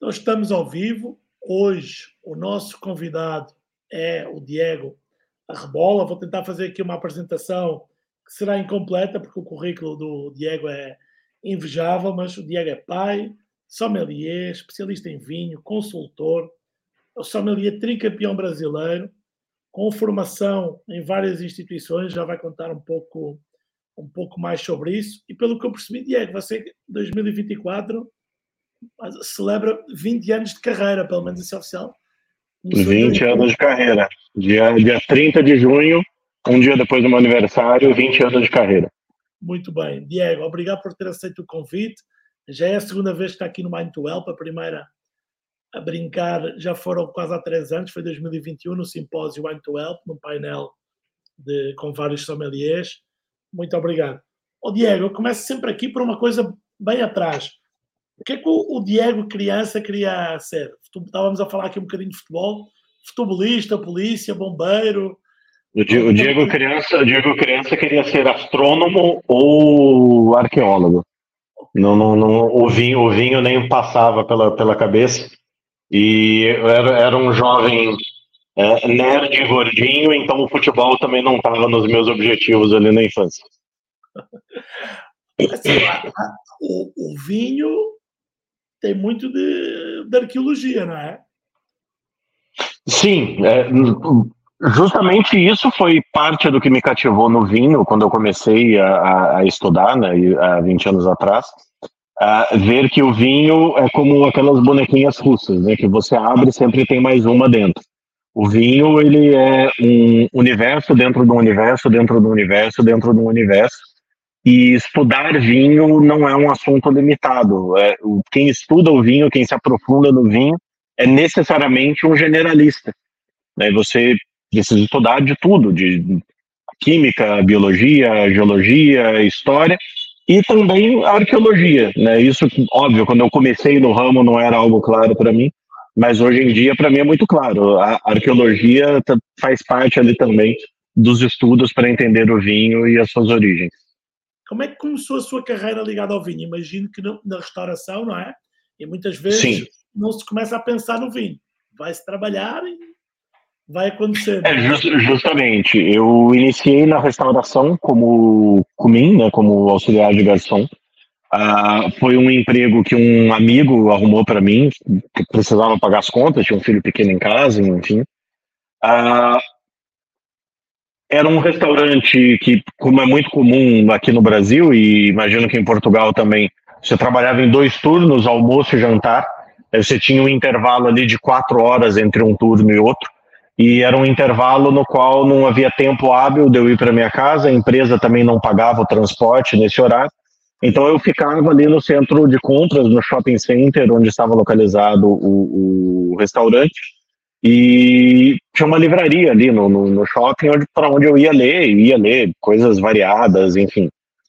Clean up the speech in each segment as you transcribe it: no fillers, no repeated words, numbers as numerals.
Então, estamos ao vivo. Hoje, o nosso convidado é o Diego Arrebola. Vou tentar fazer aqui uma apresentação que será incompleta, porque o currículo do Diego é invejável, mas o Diego é pai, sommelier, especialista em vinho, consultor, é o sommelier tricampeão brasileiro, com formação em várias instituições, já vai contar um pouco mais sobre isso. E pelo que eu percebi, Diego, você em 2024 celebra 20 anos de carreira, pelo menos isso é oficial. Começou 20 anos de carreira. Dia 30 de junho, um dia depois do meu aniversário, 20 anos de carreira. Muito bem. Diego, obrigado por ter aceito o convite. Já é a segunda vez que está aqui no Mind to Help. A primeira a brincar já foram quase há 3 anos, foi 2021, no simpósio Mind to Help, num painel com vários sommeliers. Muito obrigado. Diego, eu começo sempre aqui por uma coisa bem atrás. O que é que o Diego, criança, queria ser? Estávamos a falar aqui um bocadinho de futebol. Futebolista, polícia, bombeiro? O Diego criança queria ser astrônomo ou arqueólogo. Não, o vinho nem passava pela cabeça. E era um jovem nerd e gordinho, então o futebol também não estava nos meus objetivos ali na infância. Assim, o vinho tem muito de arqueologia, não é? Sim, justamente isso foi parte do que me cativou no vinho quando eu comecei a estudar, né, há 20 anos atrás. Ver que o vinho é como aquelas bonequinhas russas, né, que você abre e sempre tem mais uma dentro. O vinho, ele é um universo dentro do universo, dentro do universo, dentro do universo. E estudar vinho não é um assunto limitado. Quem estuda o vinho, quem se aprofunda no vinho, é necessariamente um generalista. Né? Você precisa estudar de tudo, de química, biologia, geologia, história e também a arqueologia. Né? Isso, óbvio, quando eu comecei no ramo não era algo claro para mim, mas hoje em dia para mim é muito claro. A arqueologia faz parte ali também dos estudos para entender o vinho e as suas origens. Como é que começou a sua carreira ligada ao vinho? Imagino que na restauração, não é? E muitas vezes Sim. Não se começa a pensar no vinho. Vai-se trabalhar e vai acontecer. Justamente. Eu iniciei na restauração como comim, né, como auxiliar de garçom. Foi um emprego que um amigo arrumou para mim, que precisava pagar as contas, tinha um filho pequeno em casa, enfim. Era um restaurante que, como é muito comum aqui no Brasil, e imagino que em Portugal também, você trabalhava em 2 turnos, almoço e jantar. Aí você tinha um intervalo ali de 4 horas entre um turno e outro. E era um intervalo no qual não havia tempo hábil de eu ir para minha casa, a empresa também não pagava o transporte nesse horário. Então eu ficava ali no centro de compras, no shopping center, onde estava localizado o restaurante, e tinha uma livraria ali no shopping para onde eu ia ler coisas variadas, enfim,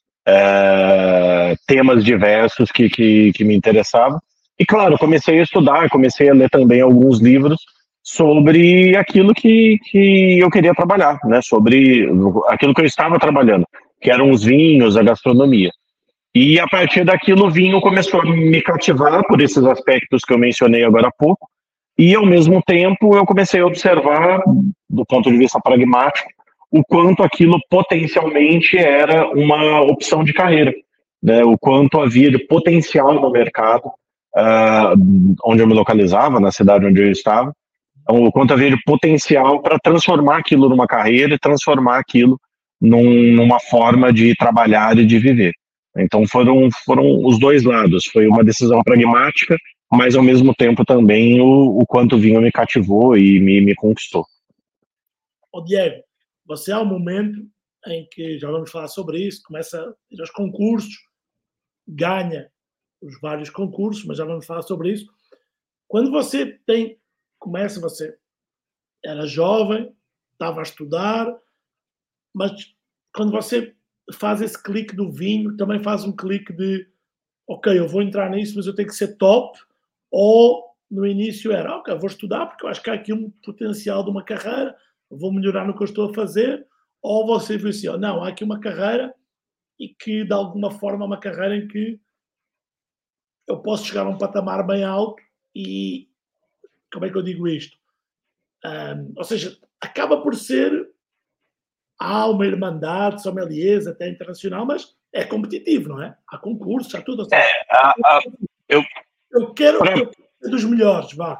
temas diversos que me interessavam. E claro, comecei a estudar, comecei a ler também alguns livros sobre aquilo que eu queria trabalhar, né? Sobre aquilo que eu estava trabalhando, que eram os vinhos, a gastronomia. E a partir daquilo o vinho começou a me cativar por esses aspectos que eu mencionei agora há pouco, e ao mesmo tempo eu comecei a observar, do ponto de vista pragmático, o quanto aquilo potencialmente era uma opção de carreira, né? O quanto havia de potencial no mercado, onde eu me localizava, na cidade onde eu estava, o quanto havia de potencial para transformar aquilo numa carreira e transformar aquilo numa forma de trabalhar e de viver. Então foram os dois lados, foi uma decisão pragmática, mas ao mesmo tempo também o quanto o vinho me cativou e me conquistou. Diego, você há um momento em que, já vamos falar sobre isso, começa a ir aos concursos, ganha os vários concursos, mas já vamos falar sobre isso. Quando você você era jovem, estava a estudar, mas quando você faz esse clique do vinho, também faz um clique de ok, eu vou entrar nisso, mas eu tenho que ser top, ou no início era, ok, vou estudar porque eu acho que há aqui um potencial de uma carreira, vou melhorar no que eu estou a fazer, ou você viu assim, não, há aqui uma carreira e que de alguma forma é uma carreira em que eu posso chegar a um patamar bem alto e como é que eu digo isto? Ou seja, acaba por ser, há uma irmandade sommeliers até internacional, mas é competitivo, não é? Há concursos, há tudo. Seja, eu, eu quero ser dos melhores, vá.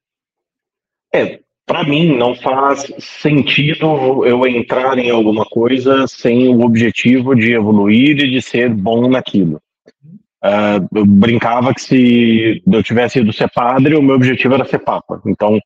Para mim, não faz sentido eu entrar em alguma coisa sem o objetivo de evoluir e de ser bom naquilo. Eu brincava que se eu tivesse ido ser padre, o meu objetivo era ser papa. Então,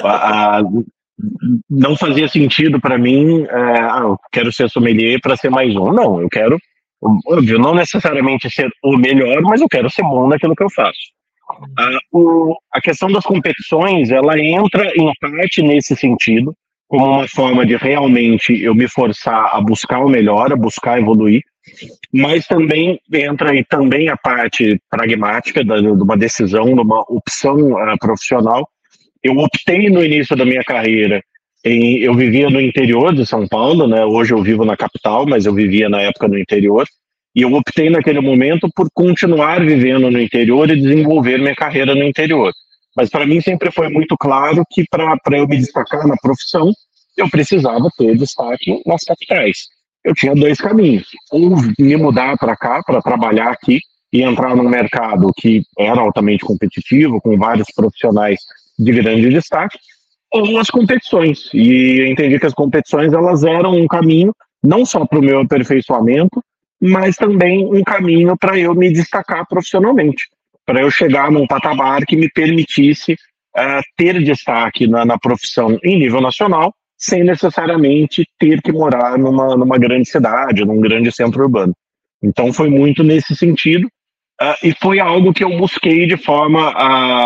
não fazia sentido para mim, eu quero ser sommelier para ser mais um. Não, eu quero, óbvio, não necessariamente ser o melhor, mas eu quero ser bom naquilo que eu faço. A questão das competições, ela entra em parte nesse sentido, como uma forma de realmente eu me forçar a buscar o melhor, a buscar evoluir, mas também entra aí também a parte pragmática de uma decisão, de uma opção profissional. Eu optei no início da minha carreira, eu vivia no interior de São Paulo, né? Hoje eu vivo na capital, mas eu vivia na época no interior, e eu optei naquele momento por continuar vivendo no interior e desenvolver minha carreira no interior. Mas para mim sempre foi muito claro que para eu me destacar na profissão, eu precisava ter destaque nas capitais. Eu tinha dois caminhos: ou me mudar para cá, para trabalhar aqui e entrar num mercado que era altamente competitivo, com vários profissionais de grande destaque, ou as competições. E eu entendi que as competições, elas eram um caminho não só para o meu aperfeiçoamento, mas também um caminho para eu me destacar profissionalmente, para eu chegar num patamar que me permitisse ter destaque na profissão em nível nacional, sem necessariamente ter que morar numa grande cidade, num grande centro urbano. Então foi muito nesse sentido, e foi algo que eu busquei de forma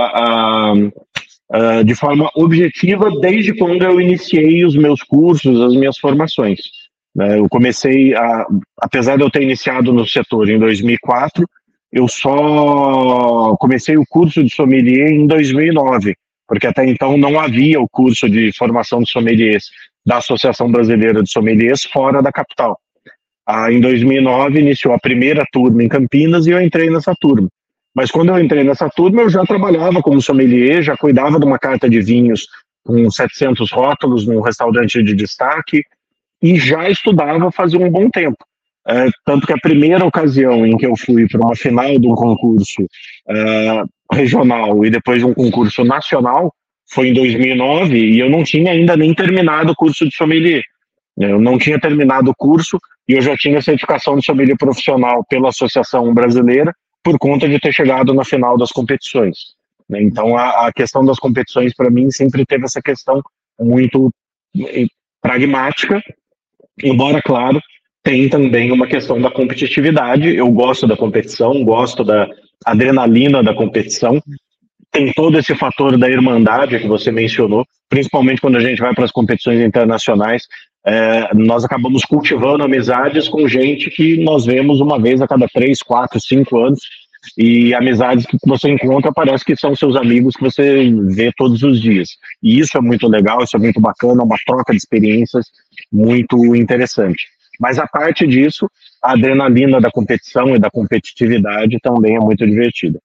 objetiva desde quando eu iniciei os meus cursos, as minhas formações. Eu comecei, apesar de eu ter iniciado no setor em 2004, eu só comecei o curso de sommelier em 2009, porque até então não havia o curso de formação de sommeliers da Associação Brasileira de Sommeliers fora da capital. Em 2009 iniciou a primeira turma em Campinas e eu entrei nessa turma. Mas quando eu entrei nessa turma, eu já trabalhava como sommelier, já cuidava de uma carta de vinhos com 700 rótulos num restaurante de destaque, e já estudava fazia um bom tempo. Tanto que a primeira ocasião em que eu fui para uma final de um concurso regional e depois um concurso nacional foi em 2009, e eu não tinha ainda nem terminado o curso de sommelier. Eu não tinha terminado o curso e eu já tinha certificação de sommelier profissional pela Associação Brasileira por conta de ter chegado na final das competições. Então a questão das competições para mim sempre teve essa questão muito pragmática, embora, claro, tem também uma questão da competitividade. Eu gosto da competição, gosto da adrenalina da competição, tem todo esse fator da irmandade que você mencionou, principalmente quando a gente vai para as competições internacionais. Nós acabamos cultivando amizades com gente que nós vemos uma vez a cada 3, 4, 5 anos, e amizades que você encontra parece que são seus amigos que você vê todos os dias. E isso é muito legal, isso é muito bacana, uma troca de experiências muito interessante. Mas a parte disso, a adrenalina da competição e da competitividade também é muito divertida.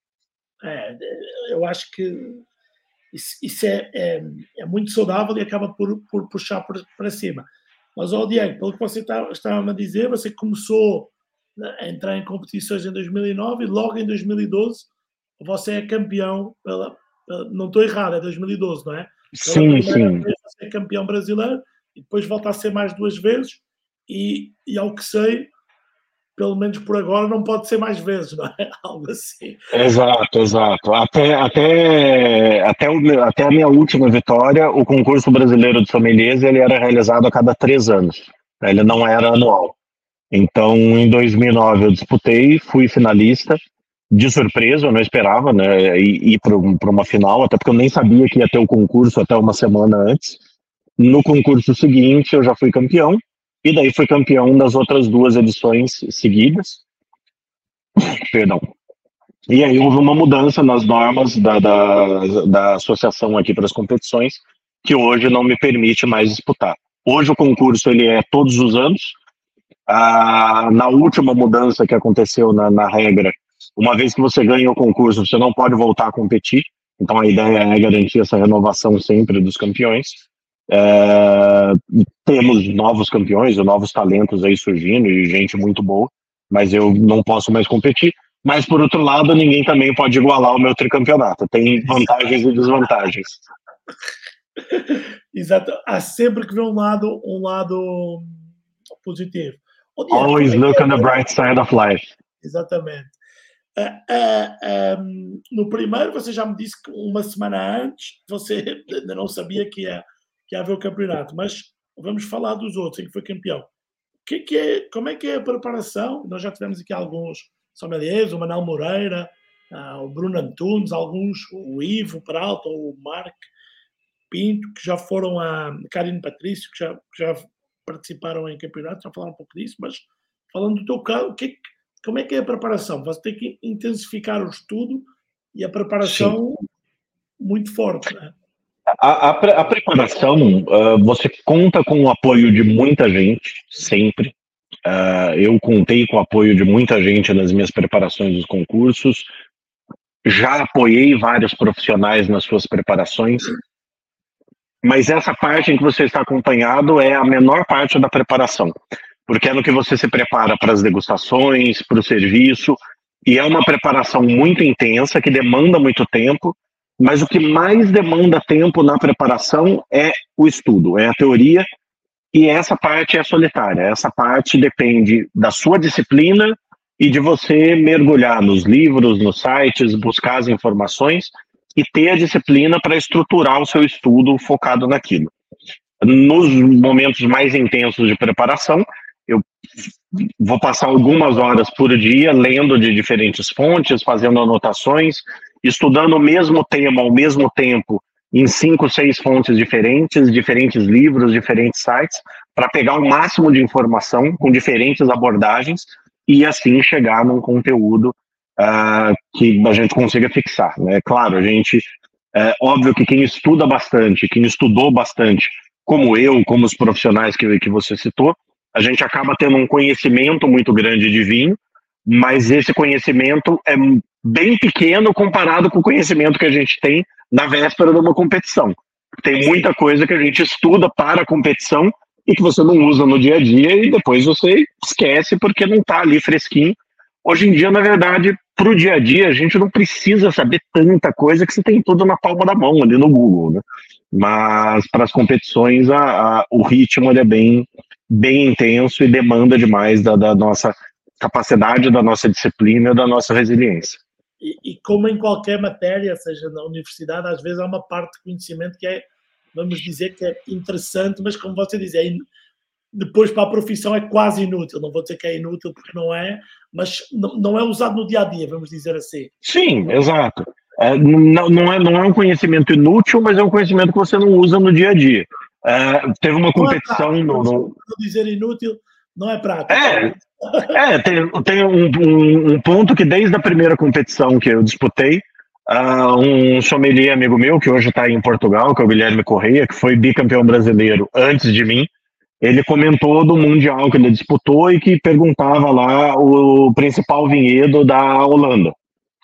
Eu acho que isso é muito saudável e acaba por puxar para cima. Mas, Diego, pelo que você estava a dizer, você começou a entrar em competições em 2009 e logo em 2012 você é campeão não estou errado, é 2012, não é? Sim. Você é campeão brasileiro e depois volta a ser mais 2 vezes e ao que sei, pelo menos por agora, não pode ser mais vezes, não é? Algo assim. Exato. Até a minha última vitória, o concurso brasileiro de sommeliers, ele era realizado a cada 3 anos. Ele não era anual. Então, em 2009 eu disputei, fui finalista. De surpresa, eu não esperava, né, ir para uma final, até porque eu nem sabia que ia ter o concurso até uma semana antes. No concurso seguinte, eu já fui campeão. E daí fui campeão das outras 2 edições seguidas. Perdão. E aí houve uma mudança nas normas da associação aqui para as competições, que hoje não me permite mais disputar. Hoje o concurso ele é todos os anos. Na última mudança que aconteceu na regra, uma vez que você ganha o concurso, você não pode voltar a competir. Então a ideia é garantir essa renovação sempre dos campeões. Temos novos campeões, novos talentos aí surgindo e gente muito boa, mas eu não posso mais competir. Mas, por outro lado, ninguém também pode igualar o meu tricampeonato. Tem vantagens e desvantagens. Exato. Há sempre que ver um lado positivo. Always look on the bright side of life. Exatamente. No primeiro, você já me disse que uma semana antes você ainda não sabia que ia haver o campeonato, mas vamos falar dos outros, em que foi campeão. Como é que é a preparação? Nós já tivemos aqui alguns sommeliers, o Manuel Moreira, o Bruno Antunes, alguns, o Ivo Peralta, o Marco Pinto, que já foram a Karine Patrício, que já participaram em campeonato, já falaram um pouco disso, mas falando do teu caso, como é que é a preparação? Você tem que intensificar o estudo e a preparação muito forte, não é? A preparação, você conta com o apoio de muita gente, sempre. Eu contei com o apoio de muita gente nas minhas preparações dos concursos, já apoiei vários profissionais nas suas preparações, mas essa parte em que você está acompanhado é a menor parte da preparação, porque é no que você se prepara para as degustações, para o serviço, e é uma preparação muito intensa, que demanda muito tempo, mas o que mais demanda tempo na preparação é o estudo, é a teoria, e essa parte é solitária. Essa parte depende da sua disciplina e de você mergulhar nos livros, nos sites, buscar as informações e ter a disciplina para estruturar o seu estudo focado naquilo. Nos momentos mais intensos de preparação, eu vou passar algumas horas por dia lendo de diferentes fontes, fazendo anotações, estudando o mesmo tema ao mesmo tempo em 5, 6 fontes diferentes livros, diferentes sites, para pegar o máximo de informação com diferentes abordagens e assim chegar num conteúdo que a gente consiga fixar, né? Claro, óbvio que quem estuda bastante, quem estudou bastante, como eu, como os profissionais que você citou, a gente acaba tendo um conhecimento muito grande de vinho, mas esse conhecimento é bem pequeno comparado com o conhecimento que a gente tem na véspera de uma competição. Tem muita coisa que a gente estuda para a competição e que você não usa no dia a dia e depois você esquece porque não está ali fresquinho. Hoje em dia, na verdade, para o dia a dia, a gente não precisa saber tanta coisa que você tem tudo na palma da mão ali no Google, né? Mas para as competições, o ritmo ele é bem intenso e demanda demais da nossa capacidade, da nossa disciplina, da nossa resiliência. E como em qualquer matéria, seja na universidade, às vezes há uma parte de conhecimento que é, vamos dizer, que é interessante, mas como você diz, depois para a profissão é quase inútil. Não vou dizer que é inútil porque não é, mas não é usado no dia a dia, vamos dizer assim. Sim, exato. Não é um conhecimento inútil, mas é um conhecimento que você não usa no dia a dia. Teve uma competição no dizer inútil, não é prático. Tem um ponto que desde a primeira competição que eu disputei, um sommelier amigo meu, que hoje está em Portugal, que é o Guilherme Correia, que foi bicampeão brasileiro antes de mim, ele comentou do Mundial que ele disputou e que perguntava lá o principal vinhedo da Holanda.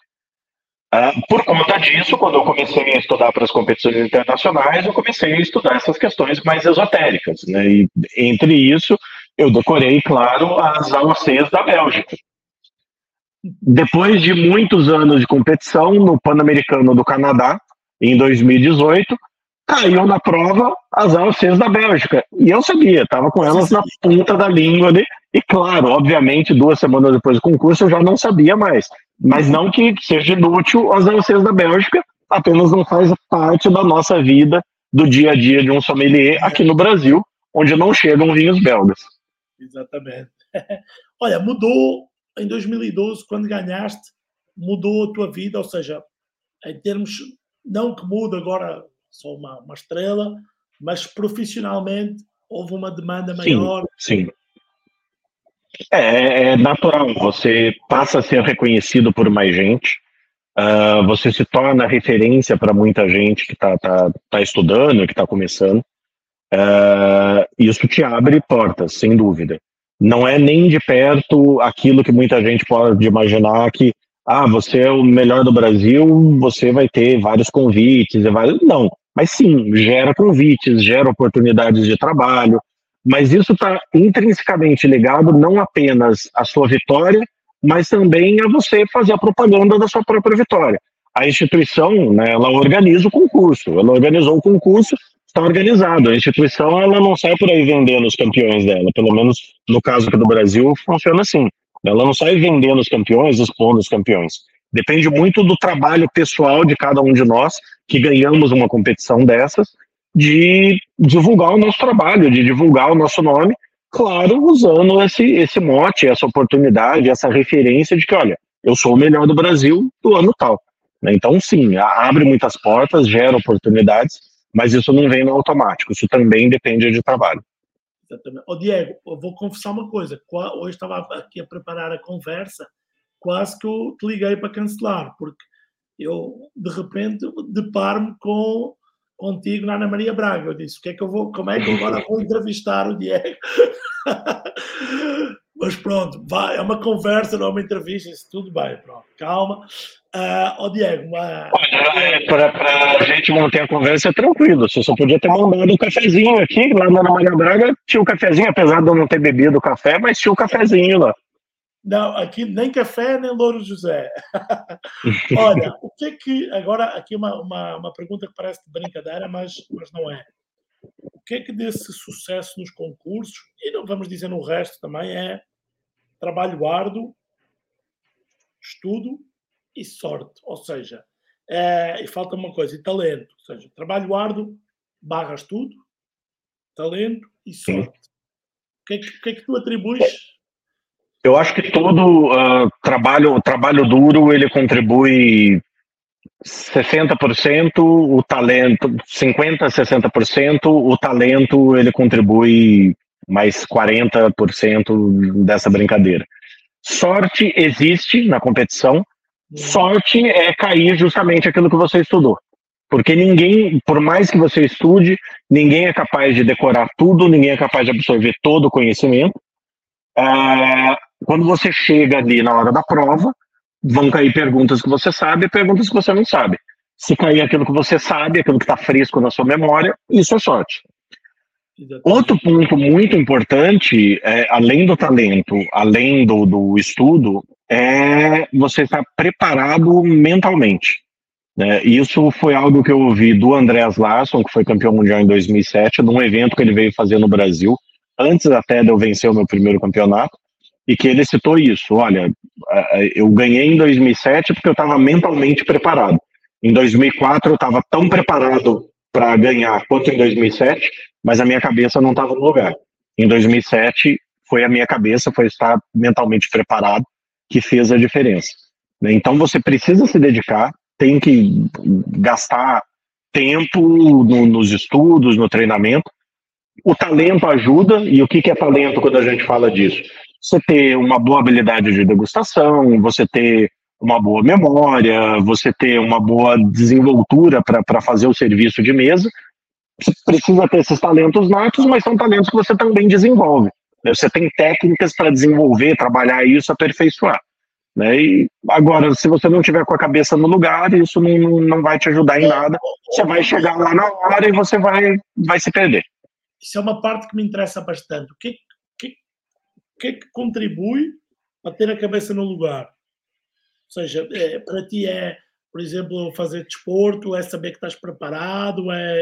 Por conta disso, quando eu comecei a estudar para as competições internacionais, eu comecei a estudar essas questões mais esotéricas, né? E entre isso, eu decorei, claro, as AOCs da Bélgica. Depois de muitos anos de competição, no Pan-Americano do Canadá, em 2018, caiu na prova as AOCs da Bélgica. E eu sabia, estava com elas na ponta da língua ali. E claro, obviamente, 2 semanas depois do concurso, eu já não sabia mais. Mas não que seja inútil as AOCs da Bélgica, apenas não faz parte da nossa vida, do dia a dia de um sommelier aqui no Brasil, onde não chegam vinhos belgas. Exatamente. Olha, mudou em 2012, quando ganhaste, mudou a tua vida, ou seja, em termos, não que mude agora, só uma estrela, mas profissionalmente houve uma demanda maior. Sim. É natural, você passa a ser reconhecido por mais gente, você se torna referência para muita gente que tá estudando, que está começando. Isso te abre portas, sem dúvida. Não é nem de perto aquilo que muita gente pode imaginar que você é o melhor do Brasil, você vai ter vários convites, não, mas sim, gera convites, gera oportunidades de trabalho, mas isso está intrinsecamente ligado não apenas à sua vitória, mas também a você fazer a propaganda da sua própria vitória. A instituição, né, ela organiza o concurso, ela organizou o concurso, está organizado. A instituição, ela não sai por aí vendendo os campeões dela, pelo menos no caso aqui do Brasil, funciona assim. Ela não sai vendendo os campeões, expondo os campeões. Depende muito do trabalho pessoal de cada um de nós, que ganhamos uma competição dessas, de divulgar o nosso trabalho, de divulgar o nosso nome, claro, usando esse mote, essa oportunidade, essa referência de que, olha, eu sou o melhor do Brasil do ano tal. Então, sim, abre muitas portas, gera oportunidades, mas isso não vem no automático, isso também depende de trabalho. Exatamente. Diego, eu vou confessar uma coisa, hoje estava aqui a preparar a conversa, quase que eu te liguei para cancelar, porque eu, de repente, deparo-me contigo na Ana Maria Braga. Eu disse, como é que eu agora vou entrevistar o Diego? Mas pronto, é uma conversa, não é uma entrevista, isso tudo bem, pronto, calma. Diego, para a gente manter a conversa é tranquilo, você só podia ter mandado um cafezinho aqui, lá na Ana Maria Braga tinha um cafezinho, apesar de eu não ter bebido o café, mas tinha um cafezinho lá. Não, aqui nem café, nem Louro José. Olha, o que é que... Agora, aqui uma pergunta que parece de brincadeira, mas não é. O que é que desse sucesso nos concursos, e não vamos dizer no resto também, é trabalho árduo, estudo e sorte. Ou seja, e falta uma coisa, e talento. Ou seja, trabalho árduo, barra estudo, talento e sorte. O que é que tu atribuis? Eu acho que todo trabalho duro, ele contribui 60%, o talento, 50%, 60%, o talento, ele contribui mais 40% dessa brincadeira. Sorte existe na competição, sorte é cair justamente aquilo que você estudou. Porque ninguém, por mais que você estude, ninguém é capaz de decorar tudo, ninguém é capaz de absorver todo o conhecimento. Quando você chega ali na hora da prova, vão cair perguntas que você sabe e perguntas que você não sabe. Se cair aquilo que você sabe, aquilo que está fresco na sua memória, isso é sorte. Outro ponto muito importante, além do talento, além do estudo, é você estar preparado mentalmente. Isso foi algo que eu ouvi do Andreas Larsson, que foi campeão mundial em 2007, de um evento que ele veio fazer no Brasil, antes até de eu vencer o meu primeiro campeonato, e que ele citou isso, olha, eu ganhei em 2007 porque eu estava mentalmente preparado. Em 2004 eu estava tão preparado para ganhar quanto em 2007, mas a minha cabeça não estava no lugar. Em 2007 foi a minha cabeça, foi estar mentalmente preparado que fez a diferença. Então você precisa se dedicar, tem que gastar tempo nos estudos, no treinamento. O talento ajuda, e o que é talento quando a gente fala disso? Você ter uma boa habilidade de degustação, você ter uma boa memória, você ter uma boa desenvoltura para fazer o serviço de mesa. Você precisa ter esses talentos natos, mas são talentos que você também desenvolve. Você tem técnicas para desenvolver, trabalhar isso, aperfeiçoar. E agora, se você não tiver com a cabeça no lugar, isso não vai te ajudar em nada. Você vai chegar lá na hora e você vai se perder. Isso é uma parte que me interessa bastante. O que é que contribui para ter a cabeça no lugar? Ou seja, para ti por exemplo, fazer desporto, é saber que estás preparado,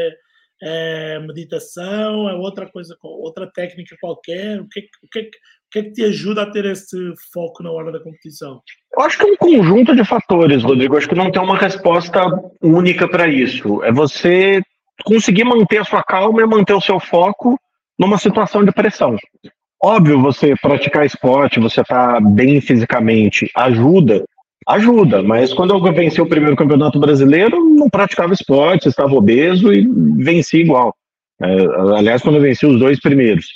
é meditação, é outra coisa, outra técnica qualquer? O que é que te ajuda a ter esse foco na hora da competição? Eu acho que é um conjunto de fatores, Rodrigo. Eu acho que não tem uma resposta única para isso. É você conseguir manter a sua calma e manter o seu foco numa situação de pressão. Óbvio, você praticar esporte, você tá bem fisicamente, ajuda, mas quando eu venci o primeiro campeonato brasileiro, não praticava esporte, estava obeso e venci igual. Aliás, quando eu venci os dois primeiros.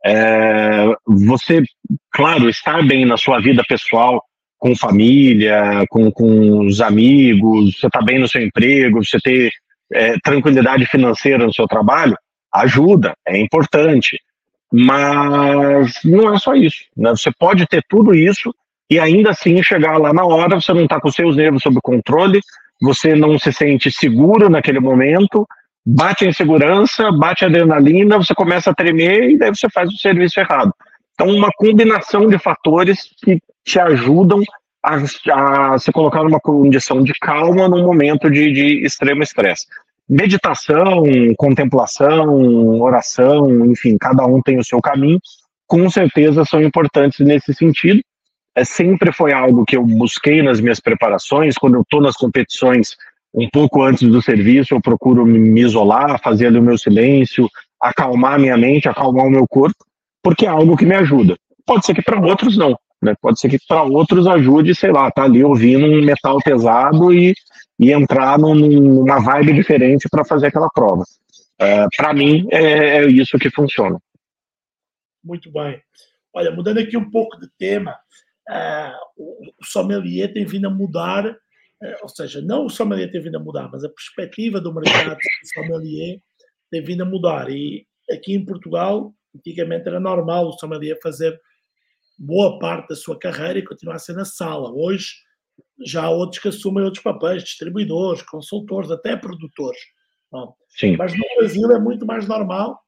Você, claro, estar bem na sua vida pessoal, com família, com os amigos, você está bem no seu emprego, você ter tranquilidade financeira no seu trabalho, ajuda, é importante. Mas não é só isso, né? Você pode ter tudo isso e ainda assim chegar lá na hora, você não está com seus nervos sob controle, você não se sente seguro naquele momento, bate a insegurança, bate a adrenalina, você começa a tremer e daí você faz o serviço errado. Então, uma combinação de fatores que te ajudam a se colocar numa condição de calma num momento de extremo estresse. Meditação, contemplação, oração, enfim, cada um tem o seu caminho, com certeza são importantes nesse sentido. Sempre foi algo que eu busquei nas minhas preparações. Quando eu estou nas competições, um pouco antes do serviço, eu procuro me isolar, fazer ali o meu silêncio, acalmar minha mente, acalmar o meu corpo, porque é algo que me ajuda. Pode ser que para outros não, né? Pode ser que para outros ajude, sei lá, tá ali ouvindo um metal pesado e entrar numa vibe diferente para fazer aquela prova. Para mim, é isso que funciona. Muito bem. Olha, mudando aqui um pouco de tema, o sommelier tem vindo a mudar, ou seja, não o sommelier tem vindo a mudar, mas a perspectiva do mercado do sommelier tem vindo a mudar. E aqui em Portugal, antigamente era normal o sommelier fazer boa parte da sua carreira e continuar a ser na sala. Hoje já há outros que assumem outros papéis, distribuidores, consultores, até produtores. Sim. Mas no Brasil é muito mais normal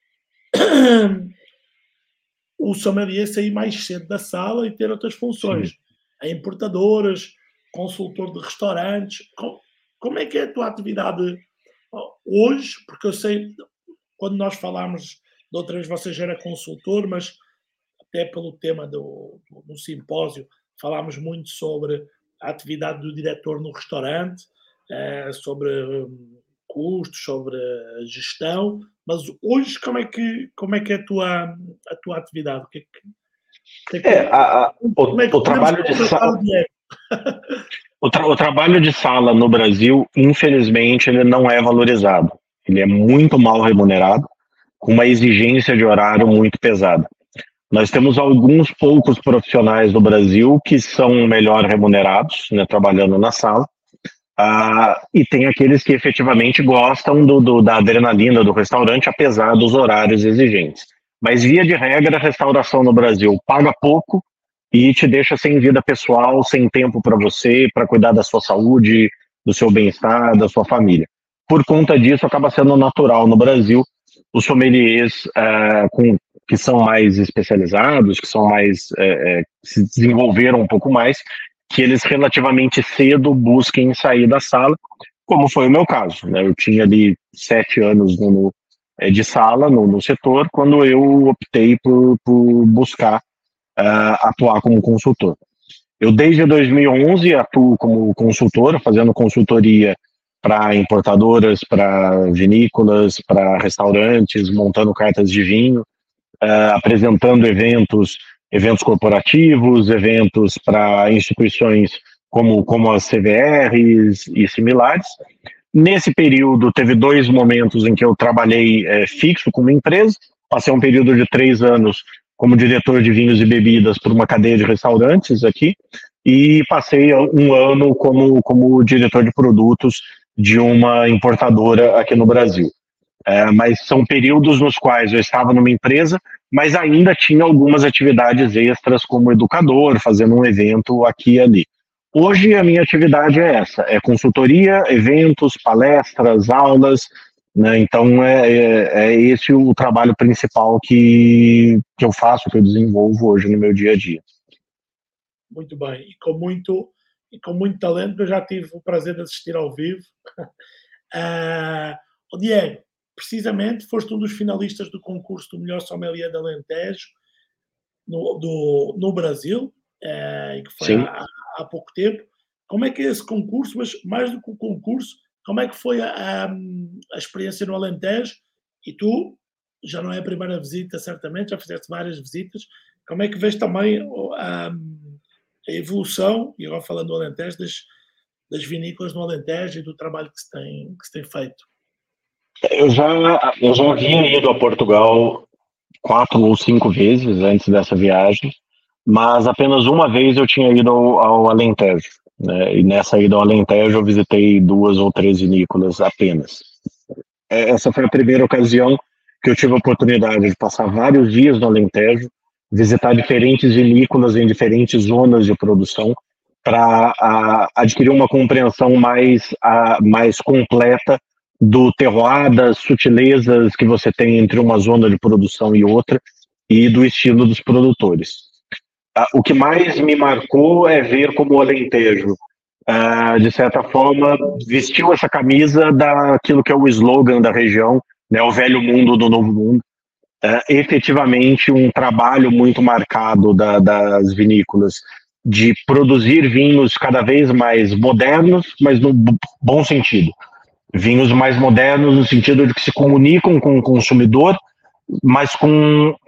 o sommelier sair mais cedo da sala e ter outras funções. Sim. Importadoras, consultor de restaurantes. Como é que é a tua atividade hoje? Porque eu sei, quando nós falámos de outra vez, você já era consultor, mas até pelo tema do simpósio, falámos muito sobre a atividade do diretor no restaurante, sobre custos, sobre gestão, mas hoje como é que é a tua atividade? O trabalho de sala... O trabalho de sala no Brasil, infelizmente, ele não é valorizado. Ele é muito mal remunerado, com uma exigência de horário muito pesada. Nós temos alguns poucos profissionais no Brasil que são melhor remunerados, né, trabalhando na sala, e tem aqueles que efetivamente gostam da adrenalina do restaurante, apesar dos horários exigentes. Mas, via de regra, a restauração no Brasil paga pouco e te deixa sem vida pessoal, sem tempo para você, para cuidar da sua saúde, do seu bem-estar, da sua família. Por conta disso, acaba sendo natural no Brasil os sommeliers que são mais especializados, que são mais se desenvolveram um pouco mais, que eles relativamente cedo busquem sair da sala, como foi o meu caso, né? Eu tinha ali 7 anos de sala no setor, quando eu optei por buscar atuar como consultor. Eu, desde 2011, atuo como consultor, fazendo consultoria para importadoras, para vinícolas, para restaurantes, montando cartas de vinho, apresentando eventos corporativos, eventos para instituições como as CVRs e similares. Nesse período, teve 2 momentos em que eu trabalhei fixo com uma empresa, passei um período de 3 anos como diretor de vinhos e bebidas por uma cadeia de restaurantes aqui, e passei 1 ano como diretor de produtos de uma importadora aqui no Brasil. Mas são períodos nos quais eu estava numa empresa, mas ainda tinha algumas atividades extras como educador, fazendo um evento aqui e ali. Hoje a minha atividade é essa, é consultoria, eventos, palestras, aulas, né? Então é esse o trabalho principal que eu faço, que eu desenvolvo hoje no meu dia a dia. Muito bem, e com muito talento. Eu já tive o prazer de assistir ao vivo. Diego, precisamente foste um dos finalistas do concurso do melhor sommelier de Alentejo no Brasil, e que foi há pouco tempo. Como é que é esse concurso? Mas mais do que o concurso, como é que foi a experiência no Alentejo? E tu, já não é a primeira visita, certamente, já fizeste várias visitas. Como é que vês também a evolução, e agora falando do Alentejo, das vinícolas no Alentejo e do trabalho que se tem feito? Eu já havia ido a Portugal 4 ou 5 vezes antes dessa viagem, mas apenas uma vez eu tinha ido ao Alentejo, né? E nessa ida ao Alentejo eu visitei 2 ou 3 vinícolas apenas. Essa foi a primeira ocasião que eu tive a oportunidade de passar vários dias no Alentejo, visitar diferentes vinícolas em diferentes zonas de produção para adquirir uma compreensão mais completa do terroir, das sutilezas que você tem entre uma zona de produção e outra e do estilo dos produtores. O que mais me marcou é ver como o Alentejo, de certa forma, vestiu essa camisa daquilo que é o slogan da região, né, o velho mundo do novo mundo. Efetivamente um trabalho muito marcado das vinícolas de produzir vinhos cada vez mais modernos, mas no bom sentido. Vinhos mais modernos no sentido de que se comunicam com o consumidor, mas com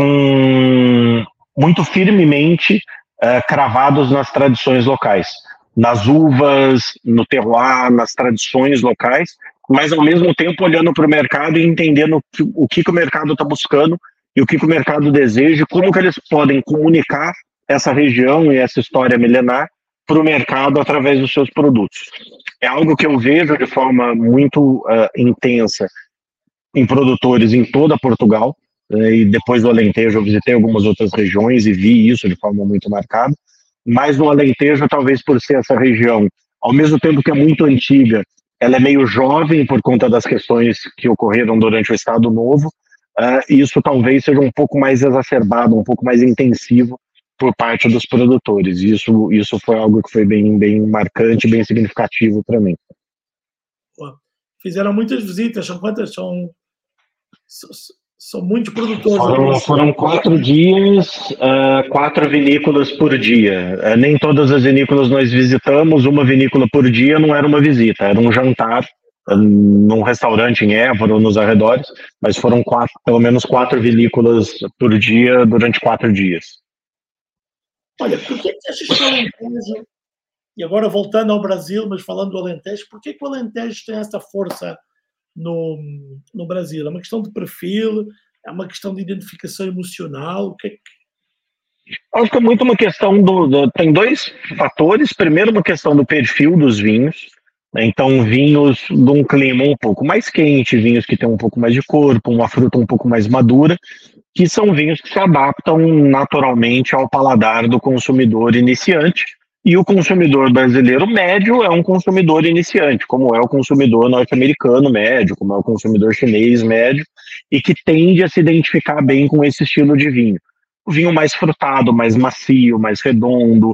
muito firmemente cravados nas tradições locais, nas uvas, no terroir, nas tradições locais, mas ao mesmo tempo olhando para o mercado e entendendo o que o mercado está buscando e o que o mercado deseja, como que eles podem comunicar essa região e essa história milenar para o mercado através dos seus produtos. É algo que eu vejo de forma muito intensa em produtores em toda Portugal, e depois do Alentejo eu visitei algumas outras regiões e vi isso de forma muito marcada, mas no Alentejo, talvez por ser essa região, ao mesmo tempo que é muito antiga, ela é meio jovem por conta das questões que ocorreram durante o Estado Novo, isso talvez seja um pouco mais exacerbado, um pouco mais intensivo por parte dos produtores. Isso foi algo que foi bem marcante, bem significativo para mim. Fizeram muitas visitas, são quantas? São muitos produtores. Foram 4 dias, 4 vinícolas por dia. Nem todas as vinícolas nós visitamos, uma vinícola por dia não era uma visita, era um jantar num restaurante em Évora ou nos arredores, mas foram pelo menos 4 vinícolas por dia durante 4 dias. Olha, por que achas que o Alentejo, e agora voltando ao Brasil, mas falando do Alentejo, por que o Alentejo tem essa força no Brasil? É uma questão de perfil? É uma questão de identificação emocional? O que é que... Acho que é muito uma questão tem 2 fatores. Primeiro, uma questão do perfil dos vinhos. Então, vinhos de um clima um pouco mais quente, vinhos que têm um pouco mais de corpo, uma fruta um pouco mais madura, que são vinhos que se adaptam naturalmente ao paladar do consumidor iniciante. E o consumidor brasileiro médio é um consumidor iniciante, como é o consumidor norte-americano médio, como é o consumidor chinês médio, e que tende a se identificar bem com esse estilo de vinho. O vinho mais frutado, mais macio, mais redondo,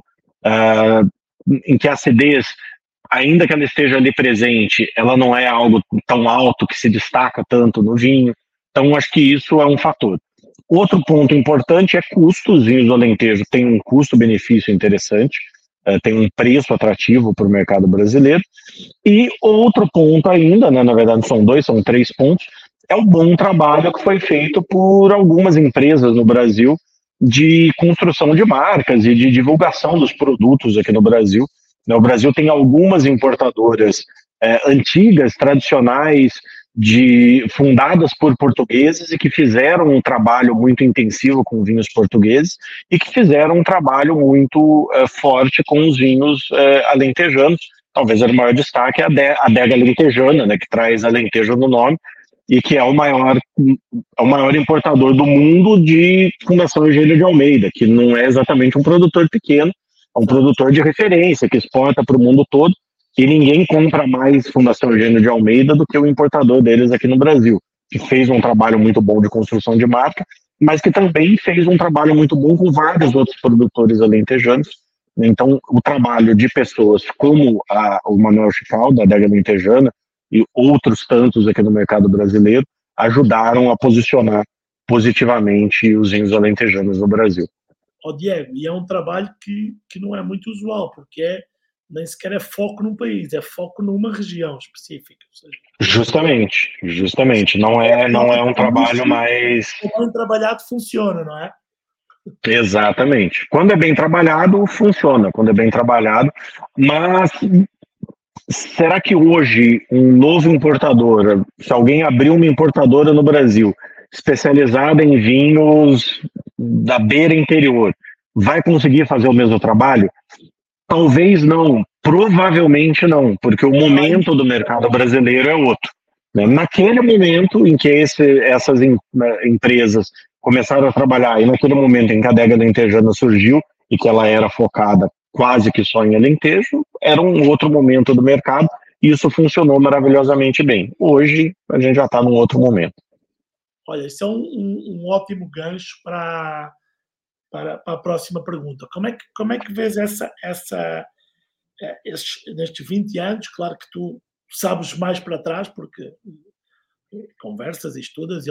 em que a acidez, ainda que ela esteja ali presente, ela não é algo tão alto que se destaca tanto no vinho. Então, acho que isso é um fator. Outro ponto importante é custo. Os vinhos do Alentejo têm um custo-benefício interessante, tem um preço atrativo para o mercado brasileiro. E outro ponto ainda, né, na verdade são 3 pontos, é o bom trabalho que foi feito por algumas empresas no Brasil de construção de marcas e de divulgação dos produtos aqui no Brasil. O Brasil tem algumas importadoras antigas, tradicionais, fundadas por portugueses e que fizeram um trabalho muito intensivo com vinhos portugueses e que fizeram um trabalho muito forte com os vinhos alentejanos. Talvez o maior destaque é a adega alentejana, né, que traz Alentejo no nome e que é o maior importador do mundo de Fundação Eugênio de Almeida, que não é exatamente um produtor pequeno, é um produtor de referência que exporta para o mundo todo. E ninguém compra mais Fundação Eugênio de Almeida do que o importador deles aqui no Brasil, que fez um trabalho muito bom de construção de marca, mas que também fez um trabalho muito bom com vários outros produtores alentejanos. Então, o trabalho de pessoas como o Manuel Chical, da adega alentejana, e outros tantos aqui no mercado brasileiro, ajudaram a posicionar positivamente os vinhos alentejanos no Brasil. Diego, e é um trabalho que não é muito usual, porque nem sequer é foco num país, é foco numa região específica. Ou seja, justamente. Não é um trabalho mais... Quando trabalhado funciona, não é? Exatamente. Quando é bem trabalhado, funciona. Quando é bem trabalhado, mas será que hoje um novo importador, se alguém abrir uma importadora no Brasil, especializada em vinhos da beira interior, vai conseguir fazer o mesmo trabalho? Talvez não, provavelmente não, porque o momento do mercado brasileiro é outro. Naquele momento em que essas empresas começaram a trabalhar, e naquele momento em que a adega alentejana surgiu, e que ela era focada quase que só em Alentejo, era um outro momento do mercado, e isso funcionou maravilhosamente bem. Hoje, a gente já está num outro momento. Olha, isso é um ótimo gancho para a próxima pergunta. Como é que vês nestes 20 anos? Claro que tu sabes mais para trás, porque conversas e estudas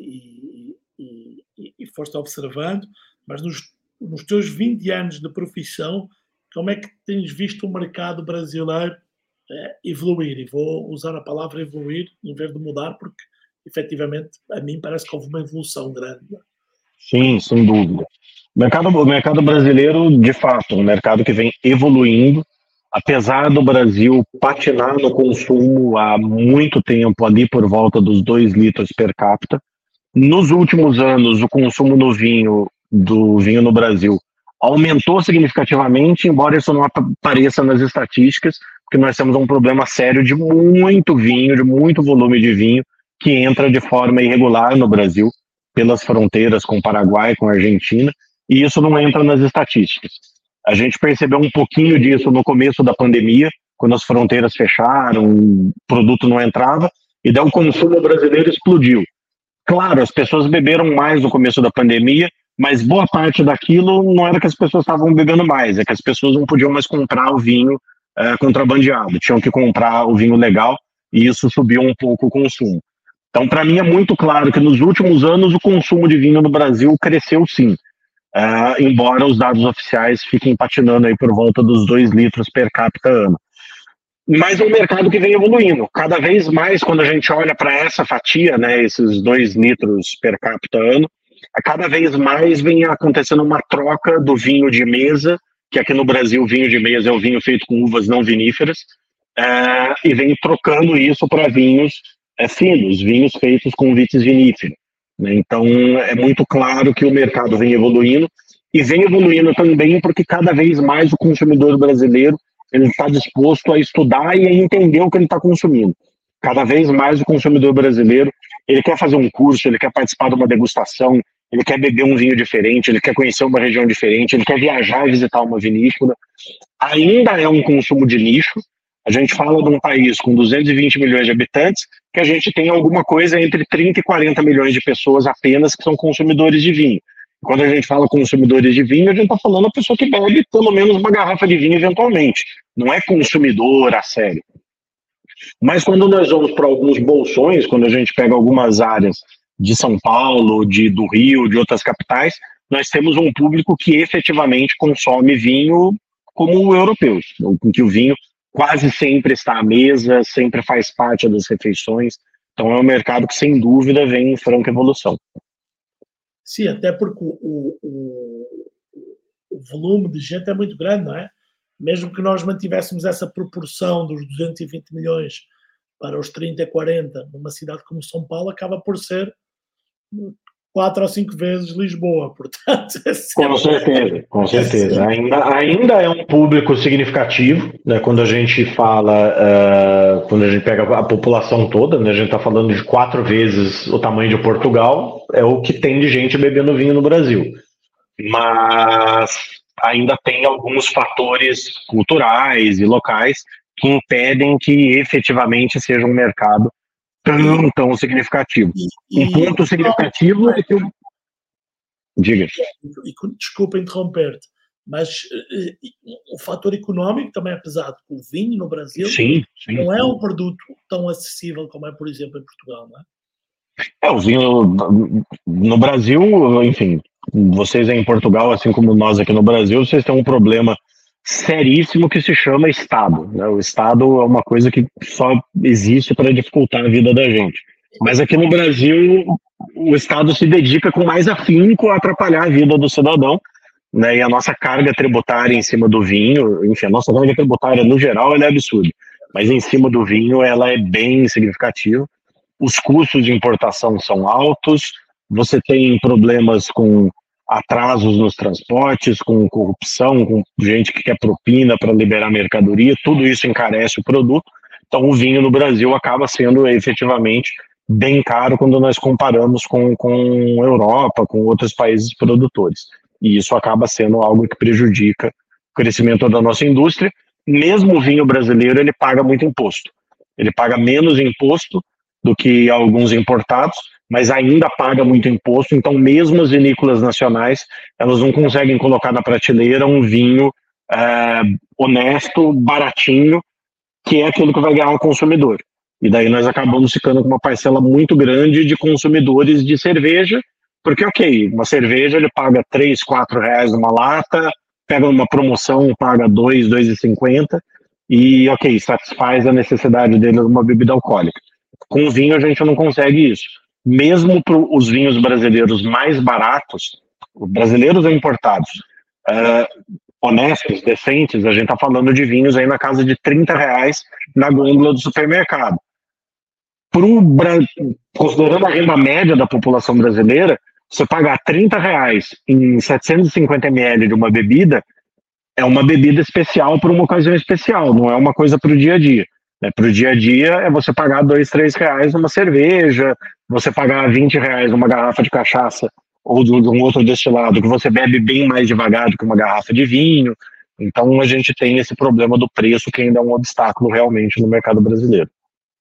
e foste observando, mas nos teus 20 anos de profissão, como é que tens visto o mercado brasileiro evoluir? E vou usar a palavra evoluir em vez de mudar, porque efetivamente a mim parece que houve uma evolução grande. Sim, sem dúvida. O mercado brasileiro, de fato, um mercado que vem evoluindo, apesar do Brasil patinar no consumo há muito tempo, ali por volta dos 2 litros per capita. Nos últimos anos, o consumo do vinho no Brasil aumentou significativamente, embora isso não apareça nas estatísticas, porque nós temos um problema sério de muito vinho, de muito volume de vinho que entra de forma irregular no Brasil, pelas fronteiras com o Paraguai, com a Argentina, e isso não entra nas estatísticas. A gente percebeu um pouquinho disso no começo da pandemia, quando as fronteiras fecharam, o produto não entrava, e daí o consumo brasileiro explodiu. Claro, as pessoas beberam mais no começo da pandemia, mas boa parte daquilo não era que as pessoas estavam bebendo mais, é que as pessoas não podiam mais comprar o vinho contrabandeado, tinham que comprar o vinho legal, e isso subiu um pouco o consumo. Então, para mim, é muito claro que nos últimos anos o consumo de vinho no Brasil cresceu sim, embora os dados oficiais fiquem patinando aí por volta dos 2 litros per capita ano. Mas é um mercado que vem evoluindo. Cada vez mais, quando a gente olha para essa fatia, né, esses 2 litros per capita ano, cada vez mais vem acontecendo uma troca do vinho de mesa, que aqui no Brasil o vinho de mesa é o vinho feito com uvas não viníferas, e vem trocando isso para vinhos finos, vinhos feitos com vitis vinífera. Né? Então, é muito claro que o mercado vem evoluindo, e vem evoluindo também porque cada vez mais o consumidor brasileiro ele está disposto a estudar e a entender o que ele está consumindo. Cada vez mais o consumidor brasileiro, ele quer fazer um curso, ele quer participar de uma degustação, ele quer beber um vinho diferente, ele quer conhecer uma região diferente, ele quer viajar e visitar uma vinícola. Ainda é um consumo de nicho. A gente fala de um país com 220 milhões de habitantes, que a gente tem alguma coisa entre 30 e 40 milhões de pessoas apenas que são consumidores de vinho. Quando a gente fala consumidores de vinho, a gente está falando a pessoa que bebe pelo menos uma garrafa de vinho eventualmente. Não é consumidor a sério. Mas quando nós vamos para alguns bolsões, quando a gente pega algumas áreas de São Paulo, do Rio, de outras capitais, nós temos um público que efetivamente consome vinho como europeus, em que o vinho quase sempre está à mesa, sempre faz parte das refeições. Então é um mercado que, sem dúvida, vem em franca evolução. Sim, até porque o volume de gente é muito grande, não é? Mesmo que nós mantivéssemos essa proporção dos 220 milhões para os 30, 40, numa cidade como São Paulo, acaba por ser 4 ou 5 vezes Lisboa, portanto... Com certeza. Ainda é um público significativo, né? Quando a gente fala, quando a gente pega a população toda, né? A gente está falando de 4 vezes o tamanho de Portugal, é o que tem de gente bebendo vinho no Brasil. Mas ainda tem alguns fatores culturais e locais que impedem que efetivamente seja um mercado tão significativo. Um ponto significativo é que Diga. Desculpa interromper-te, mas o fator económico também é pesado. O vinho no Brasil não é um produto tão acessível como é, por exemplo, em Portugal, não é? O vinho no Brasil, enfim, vocês em Portugal, assim como nós aqui no Brasil, vocês têm um problema seríssimo que se chama Estado. Né? O Estado é uma coisa que só existe para dificultar a vida da gente. Mas aqui no Brasil, o Estado se dedica com mais afinco a atrapalhar a vida do cidadão, né? E a nossa carga tributária em cima do vinho, enfim, a nossa carga tributária no geral ela é absurda, mas em cima do vinho ela é bem significativa. Os custos de importação são altos, você tem problemas com atrasos nos transportes, com corrupção, com gente que quer propina para liberar mercadoria, tudo isso encarece o produto. Então o vinho no Brasil acaba sendo efetivamente bem caro quando nós comparamos com a Europa, com outros países produtores. E isso acaba sendo algo que prejudica o crescimento da nossa indústria. Mesmo o vinho brasileiro, ele paga muito imposto. Ele paga menos imposto do que alguns importados, mas ainda paga muito imposto. Então, mesmo as vinícolas nacionais, elas não conseguem colocar na prateleira um vinho honesto, baratinho, que é aquilo que vai ganhar o consumidor. E daí nós acabamos ficando com uma parcela muito grande de consumidores de cerveja, porque, ok, uma cerveja ele paga R$3, R$4 numa lata, pega uma promoção, paga R$2, R$2,50, e, ok, satisfaz a necessidade dele de uma bebida alcoólica. Com o vinho a gente não consegue isso. Mesmo para os vinhos brasileiros mais baratos, brasileiros ou importados, honestos, decentes, a gente está falando de vinhos aí na casa de R$30 na gôndola do supermercado. Considerando a renda média da população brasileira, você pagar R$30 em 750 ml de uma bebida é uma bebida especial para uma ocasião especial, não é uma coisa para o dia a dia. Para o dia a dia é você pagar R$2, R$3 numa cerveja, você pagar R$20 numa garrafa de cachaça ou de um outro destilado, que você bebe bem mais devagar do que uma garrafa de vinho. Então a gente tem esse problema do preço que ainda é um obstáculo realmente no mercado brasileiro.